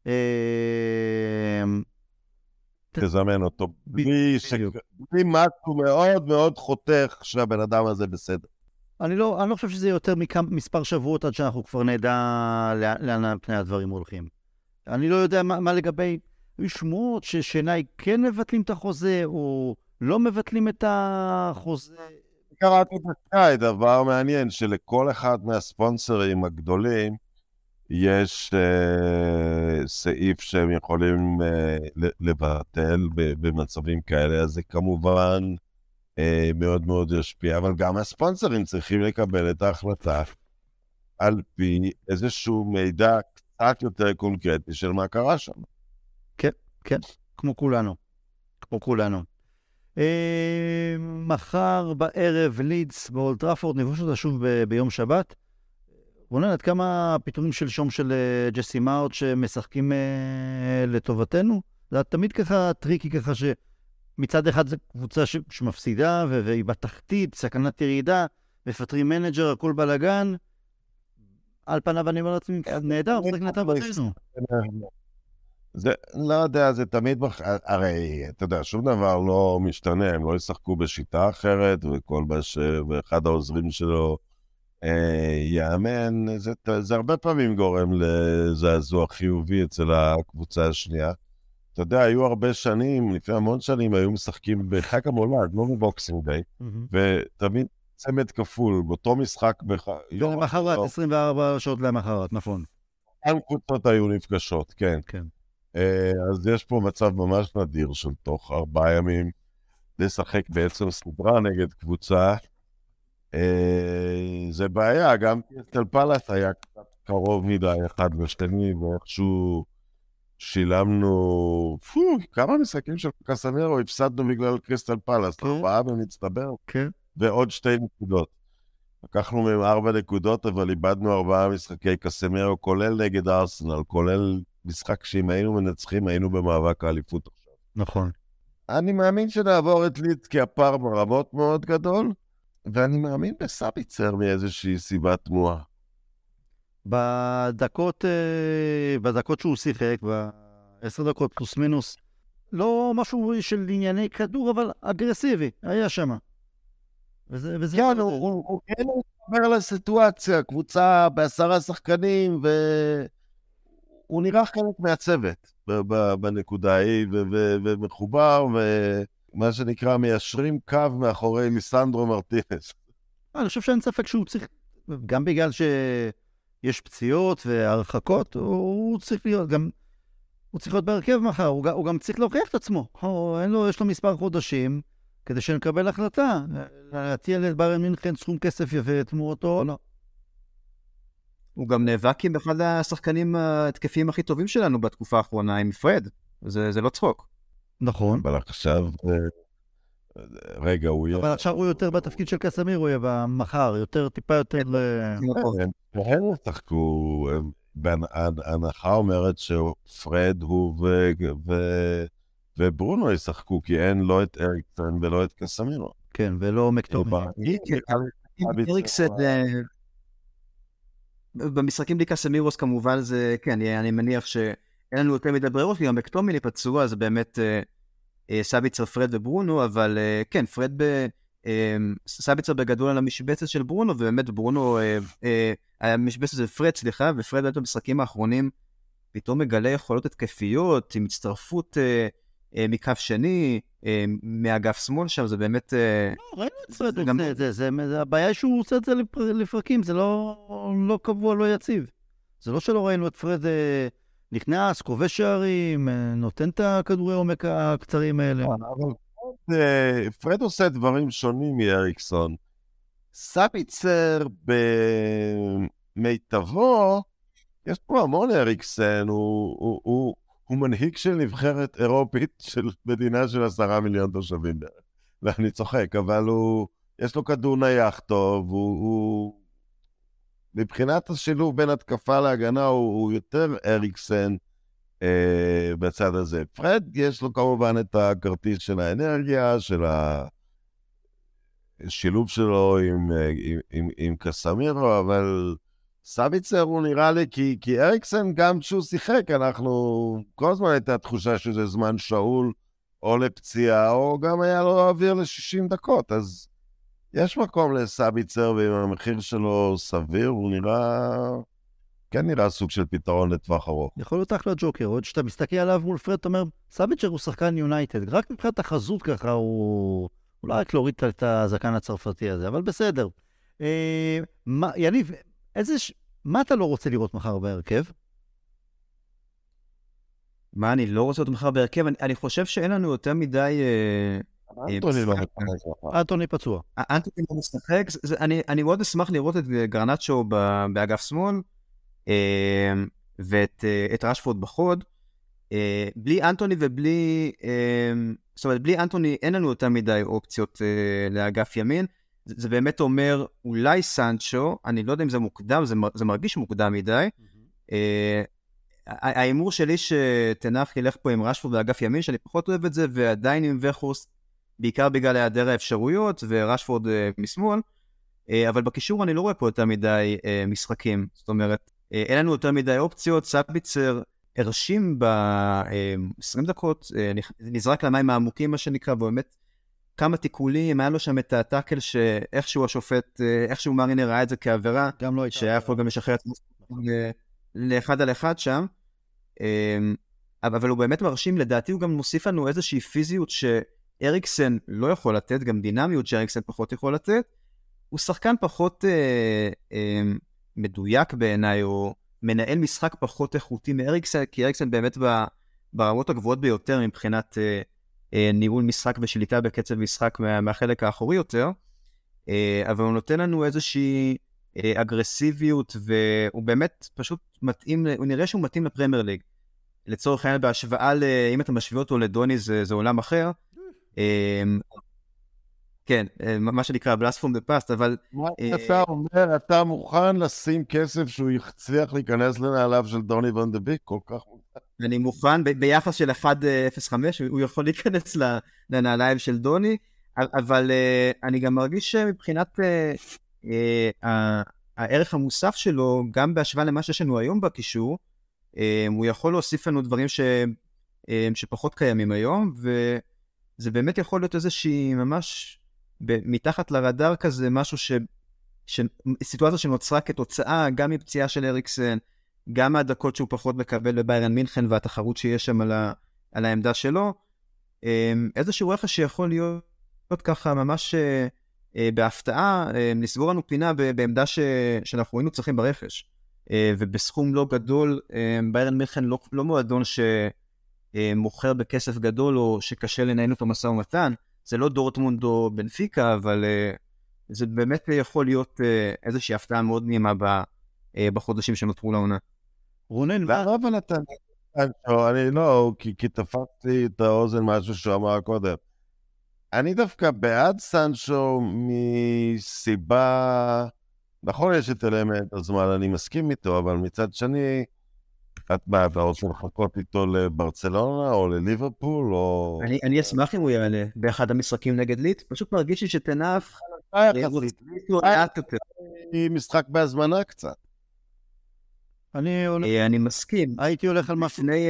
תזמן אותו, בלי משהו מאוד מאוד חותך שהבן אדם הזה בסדר. אני לא, אני לא חושב שזה יותר מספר שבועות עד שאנחנו כבר נדע לאן פני הדברים הולכים. אני לא יודע מה, מה לגבי שמועות ששנאי כן מבטלים את החוזה או לא מבטלים את החוזה. קראתי בסקאי, דבר מעניין, שלכל אחד מהספונסרים הגדולים יש אה, סעיף שהם יכולים אה, לבטל במצבים כאלה, אז זה כמובן אה, מאוד מאוד ישפיע, אבל גם הספונסרים צריכים לקבל את ההחלטה על פי איזשהו מידע קצת יותר קונקרטי של מה קרה שם. כן, כן, כמו כולנו, כמו כולנו. אה, מחר בערב לידס באולד טראפורד, נפגוש אותה שוב ב- ביום שבת. רונן, עד כמה הפיטורים של שום של ג'סי מאוט שמשחקים אה, לטובתנו? זה תמיד ככה טריקי ככה שמצד אחד זו קבוצה ש... שמפסידה ו... והיא בתחתית, סכנת ירידה, מפטרים מנג'ר, הכל בלגן. על פניו אני אומר לעצמי, נהדר, זה נהדר בתינו. זה, לא יודע, זה תמיד, בח... הרי, אתה יודע, שום דבר לא משתנה, הם לא ישחקו בשיטה אחרת, וכל מה ש... ואחד העוזרים שלו אה, יאמן, זה, זה הרבה פעמים גורם לזעזוע חיובי אצל הקבוצה השנייה. אתה יודע, היו הרבה שנים, לפני המון שנים, היו משחקים בחג המולד, לא בבוקסינג דיי, ותמיד צמד כפול, באותו משחק... בח... למחרת, עשרים וארבע שעות למחרת, נכון. גם קבוצות היו נפגשות, כן. כן. אז יש פה מצב ממש נדיר של תוך ארבעה ימים לשחק בעצם סדרה נגד קבוצה. זה בעיה, גם קריסטל פלאס היה קצת קרוב מדי אחד בשני, ואיכשהו שילמנו, פו, כמה משחקים של קסמרו הפסדנו בגלל קריסטל פלאס, ארבעה במצטבר, ועוד שתי נקודות. לקחנו מהם ארבע נקודות, אבל איבדנו ארבעה משחקי קסמרו, כולל נגד ארסנל, כולל משחק שאם היינו מנצחים, היינו במאבק האליפות עכשיו. נכון. אני מאמין שנעבור את לידס, כי הפער ברמות מאוד גדול, ואני מאמין בסאביצר מאיזושהי סיבה תמוהה. בדקות, בדקות שהוא שיחק, בעשר דקות פלוס מינוס, לא משהו של ענייני כדור, אבל אגרסיבי, היה שם. וזה, וזה... כן, הוא, הוא, הוא כן מתחבר לסיטואציה, קבוצה בעשרה שחקנים, והוא נראה חלק מהצוות בנקודה ההיא, ומחובר, ומה שנקרא, מיישרים קו מאחורי ליסנדרו מרטינס. אני חושב שאין ספק שהוא צריך, גם בגלל שיש פציעות והרחקות, הוא צריך להיות גם, הוא צריך להיות בהרכב מחר, הוא, הוא גם צריך להוכיח את עצמו. או, אין לו, יש לו מספר חודשים, כדי שנקבל החלטה, להטיע לביירן מינכן סכום כסף יפה תמורתו או לא. הוא גם נאבק עם אחד השחקנים התקפיים הכי טובים שלנו בתקופה האחרונה, עם פרד. זה, זה לא צחוק. נכון. אבל עכשיו, רגע, הוא יהיה... אבל עכשיו הוא יותר בתפקיד של קסמיר, הוא יהיה במחר, יותר, טיפה יותר ל... הם ישחקו, ההנחה אומרת שפרד הוא ו... וברונו ישחקו, כי אין לא את אריקסן ולא את קסמירו. כן, ולא מקטומי. אריקסן, במשחקים בלי קסמירוס כמובן זה, כן, אני מניח שאין לנו יותר מדי ברירות, כי גם מקטומי פצוע, אז באמת סאביצר, פרד וברונו, אבל כן, פרד, סאביצר בגדול על המשבצת של ברונו, ובאמת ברונו, המשבצת זה פרד, סליחה, ופרד באמת במשחקים האחרונים, פתאום מגלה יכולות התקפיות, עם הצטרפות מקו שני, מאגף שמאל שם, זה באמת... לא, ראינו את פרד עושה את זה, הבעיה שהוא עושה את זה לפרקים, זה לא קבוע, לא יציב. זה לא שלא ראינו את פרד נכנס, כובש שערים, נותן את הכדורי עומק הקצרים האלה. אבל פרד עושה דברים שונים מאריקסון. סאביצר במיטבו, יש פה המון אריקסן, הוא, הוא, הוא, הוא מנהיג של נבחרת אירופית של מדינה של עשרה מיליון תושבים. ואני צוחק, אבל הוא, יש לו כדור נייח טוב, הוא, הוא, מבחינת השילוב בין התקפה להגנה, הוא, הוא יותר אריקסן אה, בצד הזה. פרד, יש לו כמובן את הכרטיס של האנרגיה, של השילוב שלו עם, עם, עם, עם קסמירו, אבל... סאביצר הוא נראה לי, כי, כי אריקסן גם כשהוא שיחק, אנחנו כל הזמן הייתה תחושה שזה זמן שאול, או לפציעה, או גם היה לו אוויר ל-שישים דקות, אז יש מקום לסאביצר, ואם המחיר שלו סביר, הוא נראה, כן נראה סוג של פתרון לטווח ארוך. יכול להיות אחלה ג'וקר, עוד שאתה מסתכל עליו מול פרד, אתה אומר, סאביצר הוא שחקן יונייטד, רק מבחינת החזות ככה, הוא אולי רק להוריד את הזקן הצרפתי הזה, אבל בסדר. אה, מה, יניב, איזה ש... מה אתה לא רוצה לראות מחר בהרכב? מה אני לא רוצה לראות מחר בהרכב? אני, אני חושב שאין לנו יותר מדי... אנטוני לא משחק. אנטוני פצוע. אנטוני לא משחק. אני, אני מאוד אשמח לראות את גרנצ'ו באגף שמאל, ואת את רשפורד בחוד. בלי אנטוני ובלי... זאת אומרת, בלי אנטוני אין לנו יותר מדי אופציות לאגף ימין. זה באמת אומר, אולי סנצ'ו, אני לא יודע אם זה מוקדם, זה, זה מרגיש מוקדם מדי, mm-hmm. האימור שלי שתנח ילך פה עם רשפורד באגף ימין, שאני פחות אוהב את זה, ועדיין עם וחורסט, בעיקר בגלל היעדר האפשרויות, ורשפורד משמאל, אבל בקישור אני לא רואה פה יותר מדי משחקים, זאת אומרת, אין לנו יותר מדי אופציות, סאביצר הרשים ב-עשרים דקות, נזרק למים העמוקים מה שנקרא, ובאמת כמה תיקולים, היה לו שם את הטאקל שאיכשהו השופט, איכשהו מרינר ראה את זה כעבירה, גם לא שהיה יכול גם לשחרר את זה לאחד על אחד שם, אבל הוא באמת מרשים, לדעתי הוא גם מוסיף לנו איזושהי פיזיות שאריקסן לא יכול לתת, גם דינמיות שאריקסן פחות יכול לתת, הוא שחקן פחות אה, אה, מדויק בעיניי, או מנהל משחק פחות איכותי מאריקסן, כי אריקסן באמת ברמות הגבוהות ביותר מבחינת אה, אה, ניהול משחק ושליטה בקצב משחק מה, מהחלק האחורי יותר, אה, אבל הוא נותן לנו איזושהי אה, אגרסיביות, והוא באמת פשוט מתאים, הוא נראה שהוא מתאים לפרמייר ליג. לצורך העניין בהשוואה, ל, אם אתה משווה אותו לדוני זה, זה עולם אחר, אה, כן, מה שנקרא blast from the past, אבל... מה אתה אומר, אתה מוכן לשים כסף שהוא יצליח להיכנס לנעליו של דוני ון דה ביק? כל כך מוכן. אני מוכן, ביחס של אחת אפס חמש, הוא יכול להיכנס לנעליים של דוני, אבל אני גם מרגיש שמבחינת הערך המוסף שלו, גם בהשוואה למה שיש לנו היום בקישור, הוא יכול להוסיף לנו דברים שפחות קיימים היום, וזה באמת יכול להיות איזושהי ממש... מתחת לרדאר כזה, משהו ש... ש... סיטואציה שנוצרה כתוצאה, גם מפציעה של אריקסן, גם מהדקות שהוא פחות מקבל בביירן מינכן, והתחרות שיש שם על, ה... על העמדה שלו, איזשהו רכש שיכול להיות ככה ממש בהפתעה, לסגור לנו פינה בעמדה ש... שאנחנו היינו צריכים ברכש, ובסכום לא גדול, ביירן מינכן לא, לא מועדון שמוכר בכסף גדול, או שקשה לנהל אותו משא ומתן, זה לא דורטמונד או בנפיקה, אבל uh, זה באמת יכול להיות uh, איזושהי הפתעה מאוד נעימה ב, uh, בחודשים שנותרו לעונה. רונן, לא, אבל אתה... אני לא, כי, כי תפסתי את האוזן משהו שהוא אמר קודם. אני דווקא בעד סנצ'ו מסיבה... נכון, יש את אלמנט הזמן, אני מסכים איתו, אבל מצד שני... את מה, אתה רוצה לחכות איתו לברצלונה או לליברפול או... אני, אני אשמח אם הוא יעלה באחד המשחקים נגד ליץ, פשוט מרגיש לי שתנף... היא משחק בהזמנה קצת. אני הולך... אני מסכים. הייתי הולך על משהו... לפני...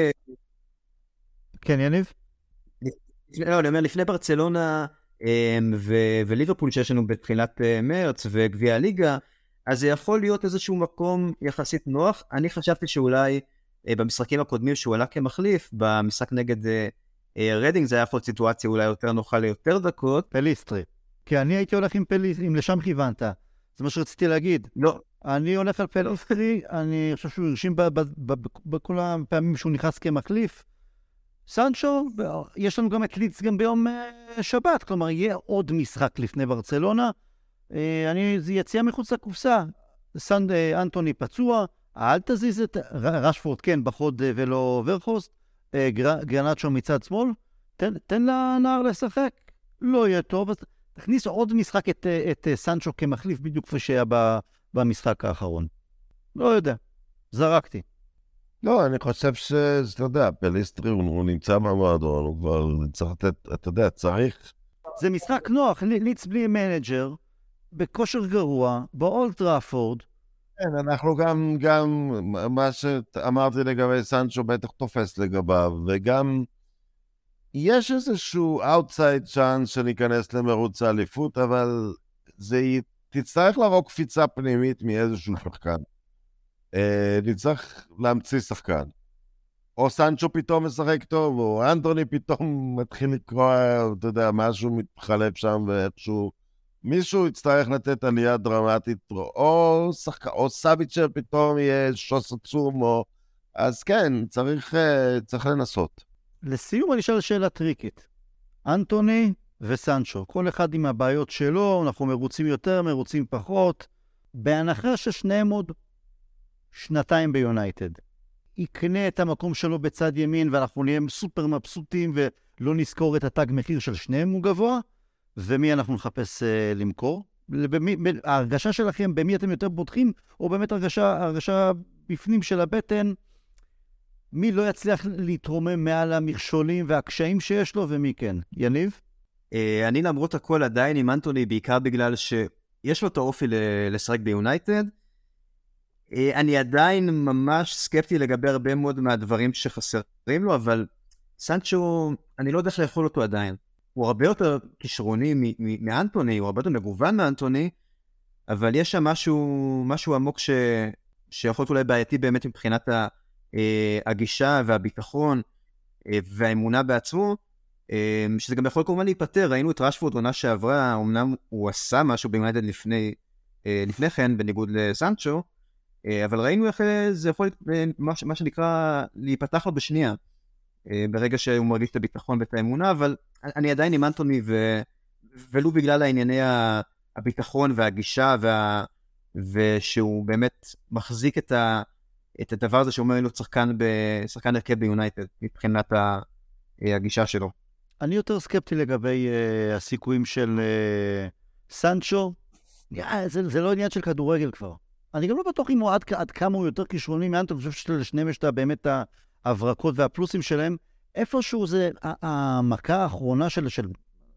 כן, יניב? לא, אני אומר, לפני ברצלונה וליברפול שיש לנו בתחילת מרץ וגביע הליגה, אז זה יכול להיות איזשהו מקום יחסית נוח. אני חשבתי שאולי במשחקים הקודמים שהוא עלה כמחליף, במשחק נגד רדינג, זה היה יכול סיטואציה אולי יותר נוחה ליותר דקות. פליסטרי. כי אני הייתי הולך עם פליסטרי, אם לשם כיוונת. זה מה שרציתי להגיד. לא. אני הולך על פליסטרי, אני חושב שהוא הרשים בכל הפעמים שהוא נכנס כמחליף. סנצ'ו, יש לנו גם את ליץ גם ביום שבת, כלומר יהיה עוד משחק לפני ברצלונה. אני, זה יציאה מחוץ לקופסה. סנד, אנטוני פצוע, אל תזיז את... רשפורד, כן, בחוד ולא ורחוסט. גר, גרנצ'ו מצד שמאל. תן, תן לנער לשחק. לא יהיה טוב. אז תכניס עוד משחק את, את סנצ'ו כמחליף, בדיוק כפי שהיה במשחק האחרון. לא יודע. זרקתי. לא, אני חושב שאתה יודע, פליסטרי הוא נמצא במועדון, הוא כבר צריך לתת, אתה יודע, צריך... זה משחק נוח, ליץ בלי מנג'ר. בכושר גרוע, באולד טראפורד. כן, אנחנו גם, גם, מה שאמרתי לגבי סנצ'ו בטח תופס לגביו, וגם יש איזשהו outside chance שניכנס למרוץ האליפות, אבל זה תצטרך לעבור קפיצה פנימית מאיזשהו שחקן. אה, נצטרך להמציא שחקן. או סנצ'ו פתאום משחק טוב, או אנטוני פתאום מתחיל לקרוא, אתה יודע, משהו מתחלף שם ואיכשהו... מישהו יצטרך לתת עלייה דרמטית, או, שחק... או סאביצ'ר פתאום יהיה שוס עצום, או... אז כן, צריך, צריך לנסות. לסיום אני אשאל שאלה טריקית. אנטוני וסנצ'ו, כל אחד עם הבעיות שלו, אנחנו מרוצים יותר, מרוצים פחות, בהנחה ששניהם עוד שנתיים ביונייטד. יקנה את המקום שלו בצד ימין, ואנחנו נהיה סופר מבסוטים, ולא נזכור את התג מחיר של שניהם הוא גבוה, ומי אנחנו נחפש uh, למכור? במי, ב, ההרגשה שלכם, במי אתם יותר בוטחים, או באמת הרגשה, הרגשה בפנים של הבטן, מי לא יצליח להתרומם מעל המכשולים והקשיים שיש לו, ומי כן? יניב? אני למרות הכל עדיין עם אנטוני, בעיקר בגלל שיש לו את האופי לשחק ביונייטד. אני עדיין ממש סקפטי לגבי הרבה מאוד מהדברים שחסרים לו, אבל סנצ'ו, אני לא יודע איך לאכול אותו עדיין. הוא הרבה יותר כישרוני מאנטוני, הוא הרבה יותר מגוון מאנטוני, אבל יש שם משהו, משהו עמוק ש... שיכול להיות אולי בעייתי באמת מבחינת הגישה והביטחון והאמונה בעצמו, שזה גם יכול כמובן להיפטר. ראינו את רשפורד עונה שעברה, אמנם הוא עשה משהו ביונייטד לפני, לפני כן, בניגוד לסנצ'ו, אבל ראינו איך זה יכול, מה שנקרא, להיפתח לו בשנייה, ברגע שהוא מרגיש את הביטחון ואת האמונה, אבל אני עדיין עם אנטוני, ו... ולו בגלל הענייני הביטחון והגישה, וה... ושהוא באמת מחזיק את, ה... את הדבר הזה שאומר לו שחקן, ב... שחקן הרכב ביונייטד, מבחינת הגישה שלו. אני יותר סקפטי לגבי uh, הסיכויים של uh, סנצ'ו. Yeah, זה, זה לא עניין של כדורגל כבר. אני גם לא בטוח אם הוא עד, עד כמה הוא יותר כישרוני מאנטוני, אני חושב שלשניהם יש באמת ההברקות והפלוסים שלהם. איפשהו זה המכה האחרונה של, של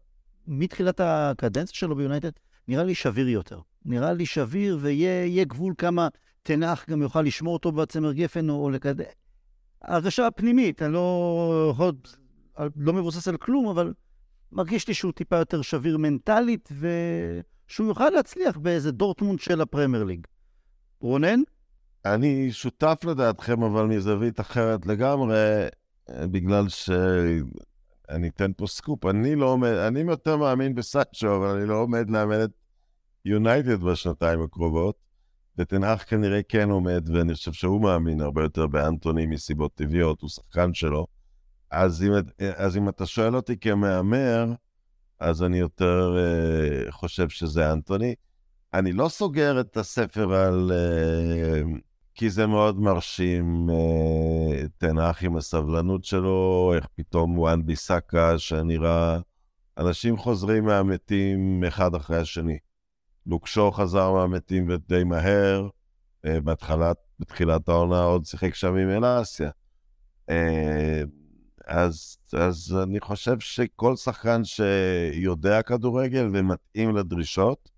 מתחילת הקדנציה שלו ביונייטד, נראה לי שביר יותר. נראה לי שביר, ויהיה גבול כמה תנח גם יוכל לשמור אותו בצמר גפן או, או לקדם. הרגשה הפנימית, אני לא, לא מבוסס על כלום, אבל מרגיש לי שהוא טיפה יותר שביר מנטלית, ושהוא יוכל להצליח באיזה דורטמונד של הפרמייר ליג. רונן? אני שותף לדעתכם, אבל מזווית אחרת לגמרי, בגלל שאני אתן פה סקופ. אני לא עומד, אני יותר מאמין בסנצ'ו, אבל אני לא עומד לאמן את יונייטד בשנתיים הקרובות, ותנח כנראה כן עומד, ואני חושב שהוא מאמין הרבה יותר באנטוני מסיבות טבעיות, הוא שחקן שלו. אז אם, אז אם אתה שואל אותי כמאמר, אז אני יותר uh, חושב שזה אנטוני. אני לא סוגר את הספר על... Uh, כי זה מאוד מרשים, uh, תנח עם הסבלנות שלו, איך פתאום וואן ביסאקה, שנראה... אנשים חוזרים מהמתים אחד אחרי השני. לוקשו חזר מהמתים ודי מהר, uh, בהתחלת, בתחילת העונה עוד שיחק שם עם אלאסיה. Uh, אז, אז אני חושב שכל שחקן שיודע כדורגל ומתאים לדרישות,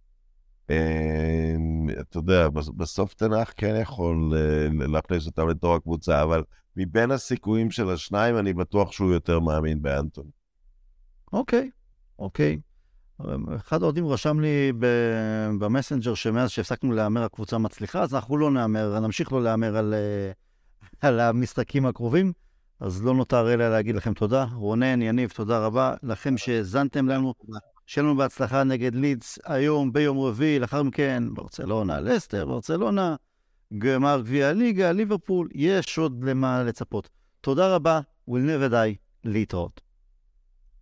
אתה יודע, בסוף תנח כן יכול להכניס אותם לתור הקבוצה, אבל מבין הסיכויים של השניים, אני בטוח שהוא יותר מאמין באנטוני. אוקיי, אוקיי. אחד העודים רשם לי במסנג'ר שמאז שהפסקנו לאמר הקבוצה מצליחה, אז אנחנו לא נאמר, נמשיך לא לאמר על, על המשחקים הקרובים, אז לא נותר אלא להגיד לכם תודה. רונן, יניב, תודה רבה לכם שהזנתם לנו. שיהיה לנו בהצלחה נגד לידס היום ביום רביעי, לאחר מכן ברצלונה, לסטר, ברצלונה, גמר גביע הליגה, ליברפול, יש עוד למה לצפות. תודה רבה, we'll never die, להתראות.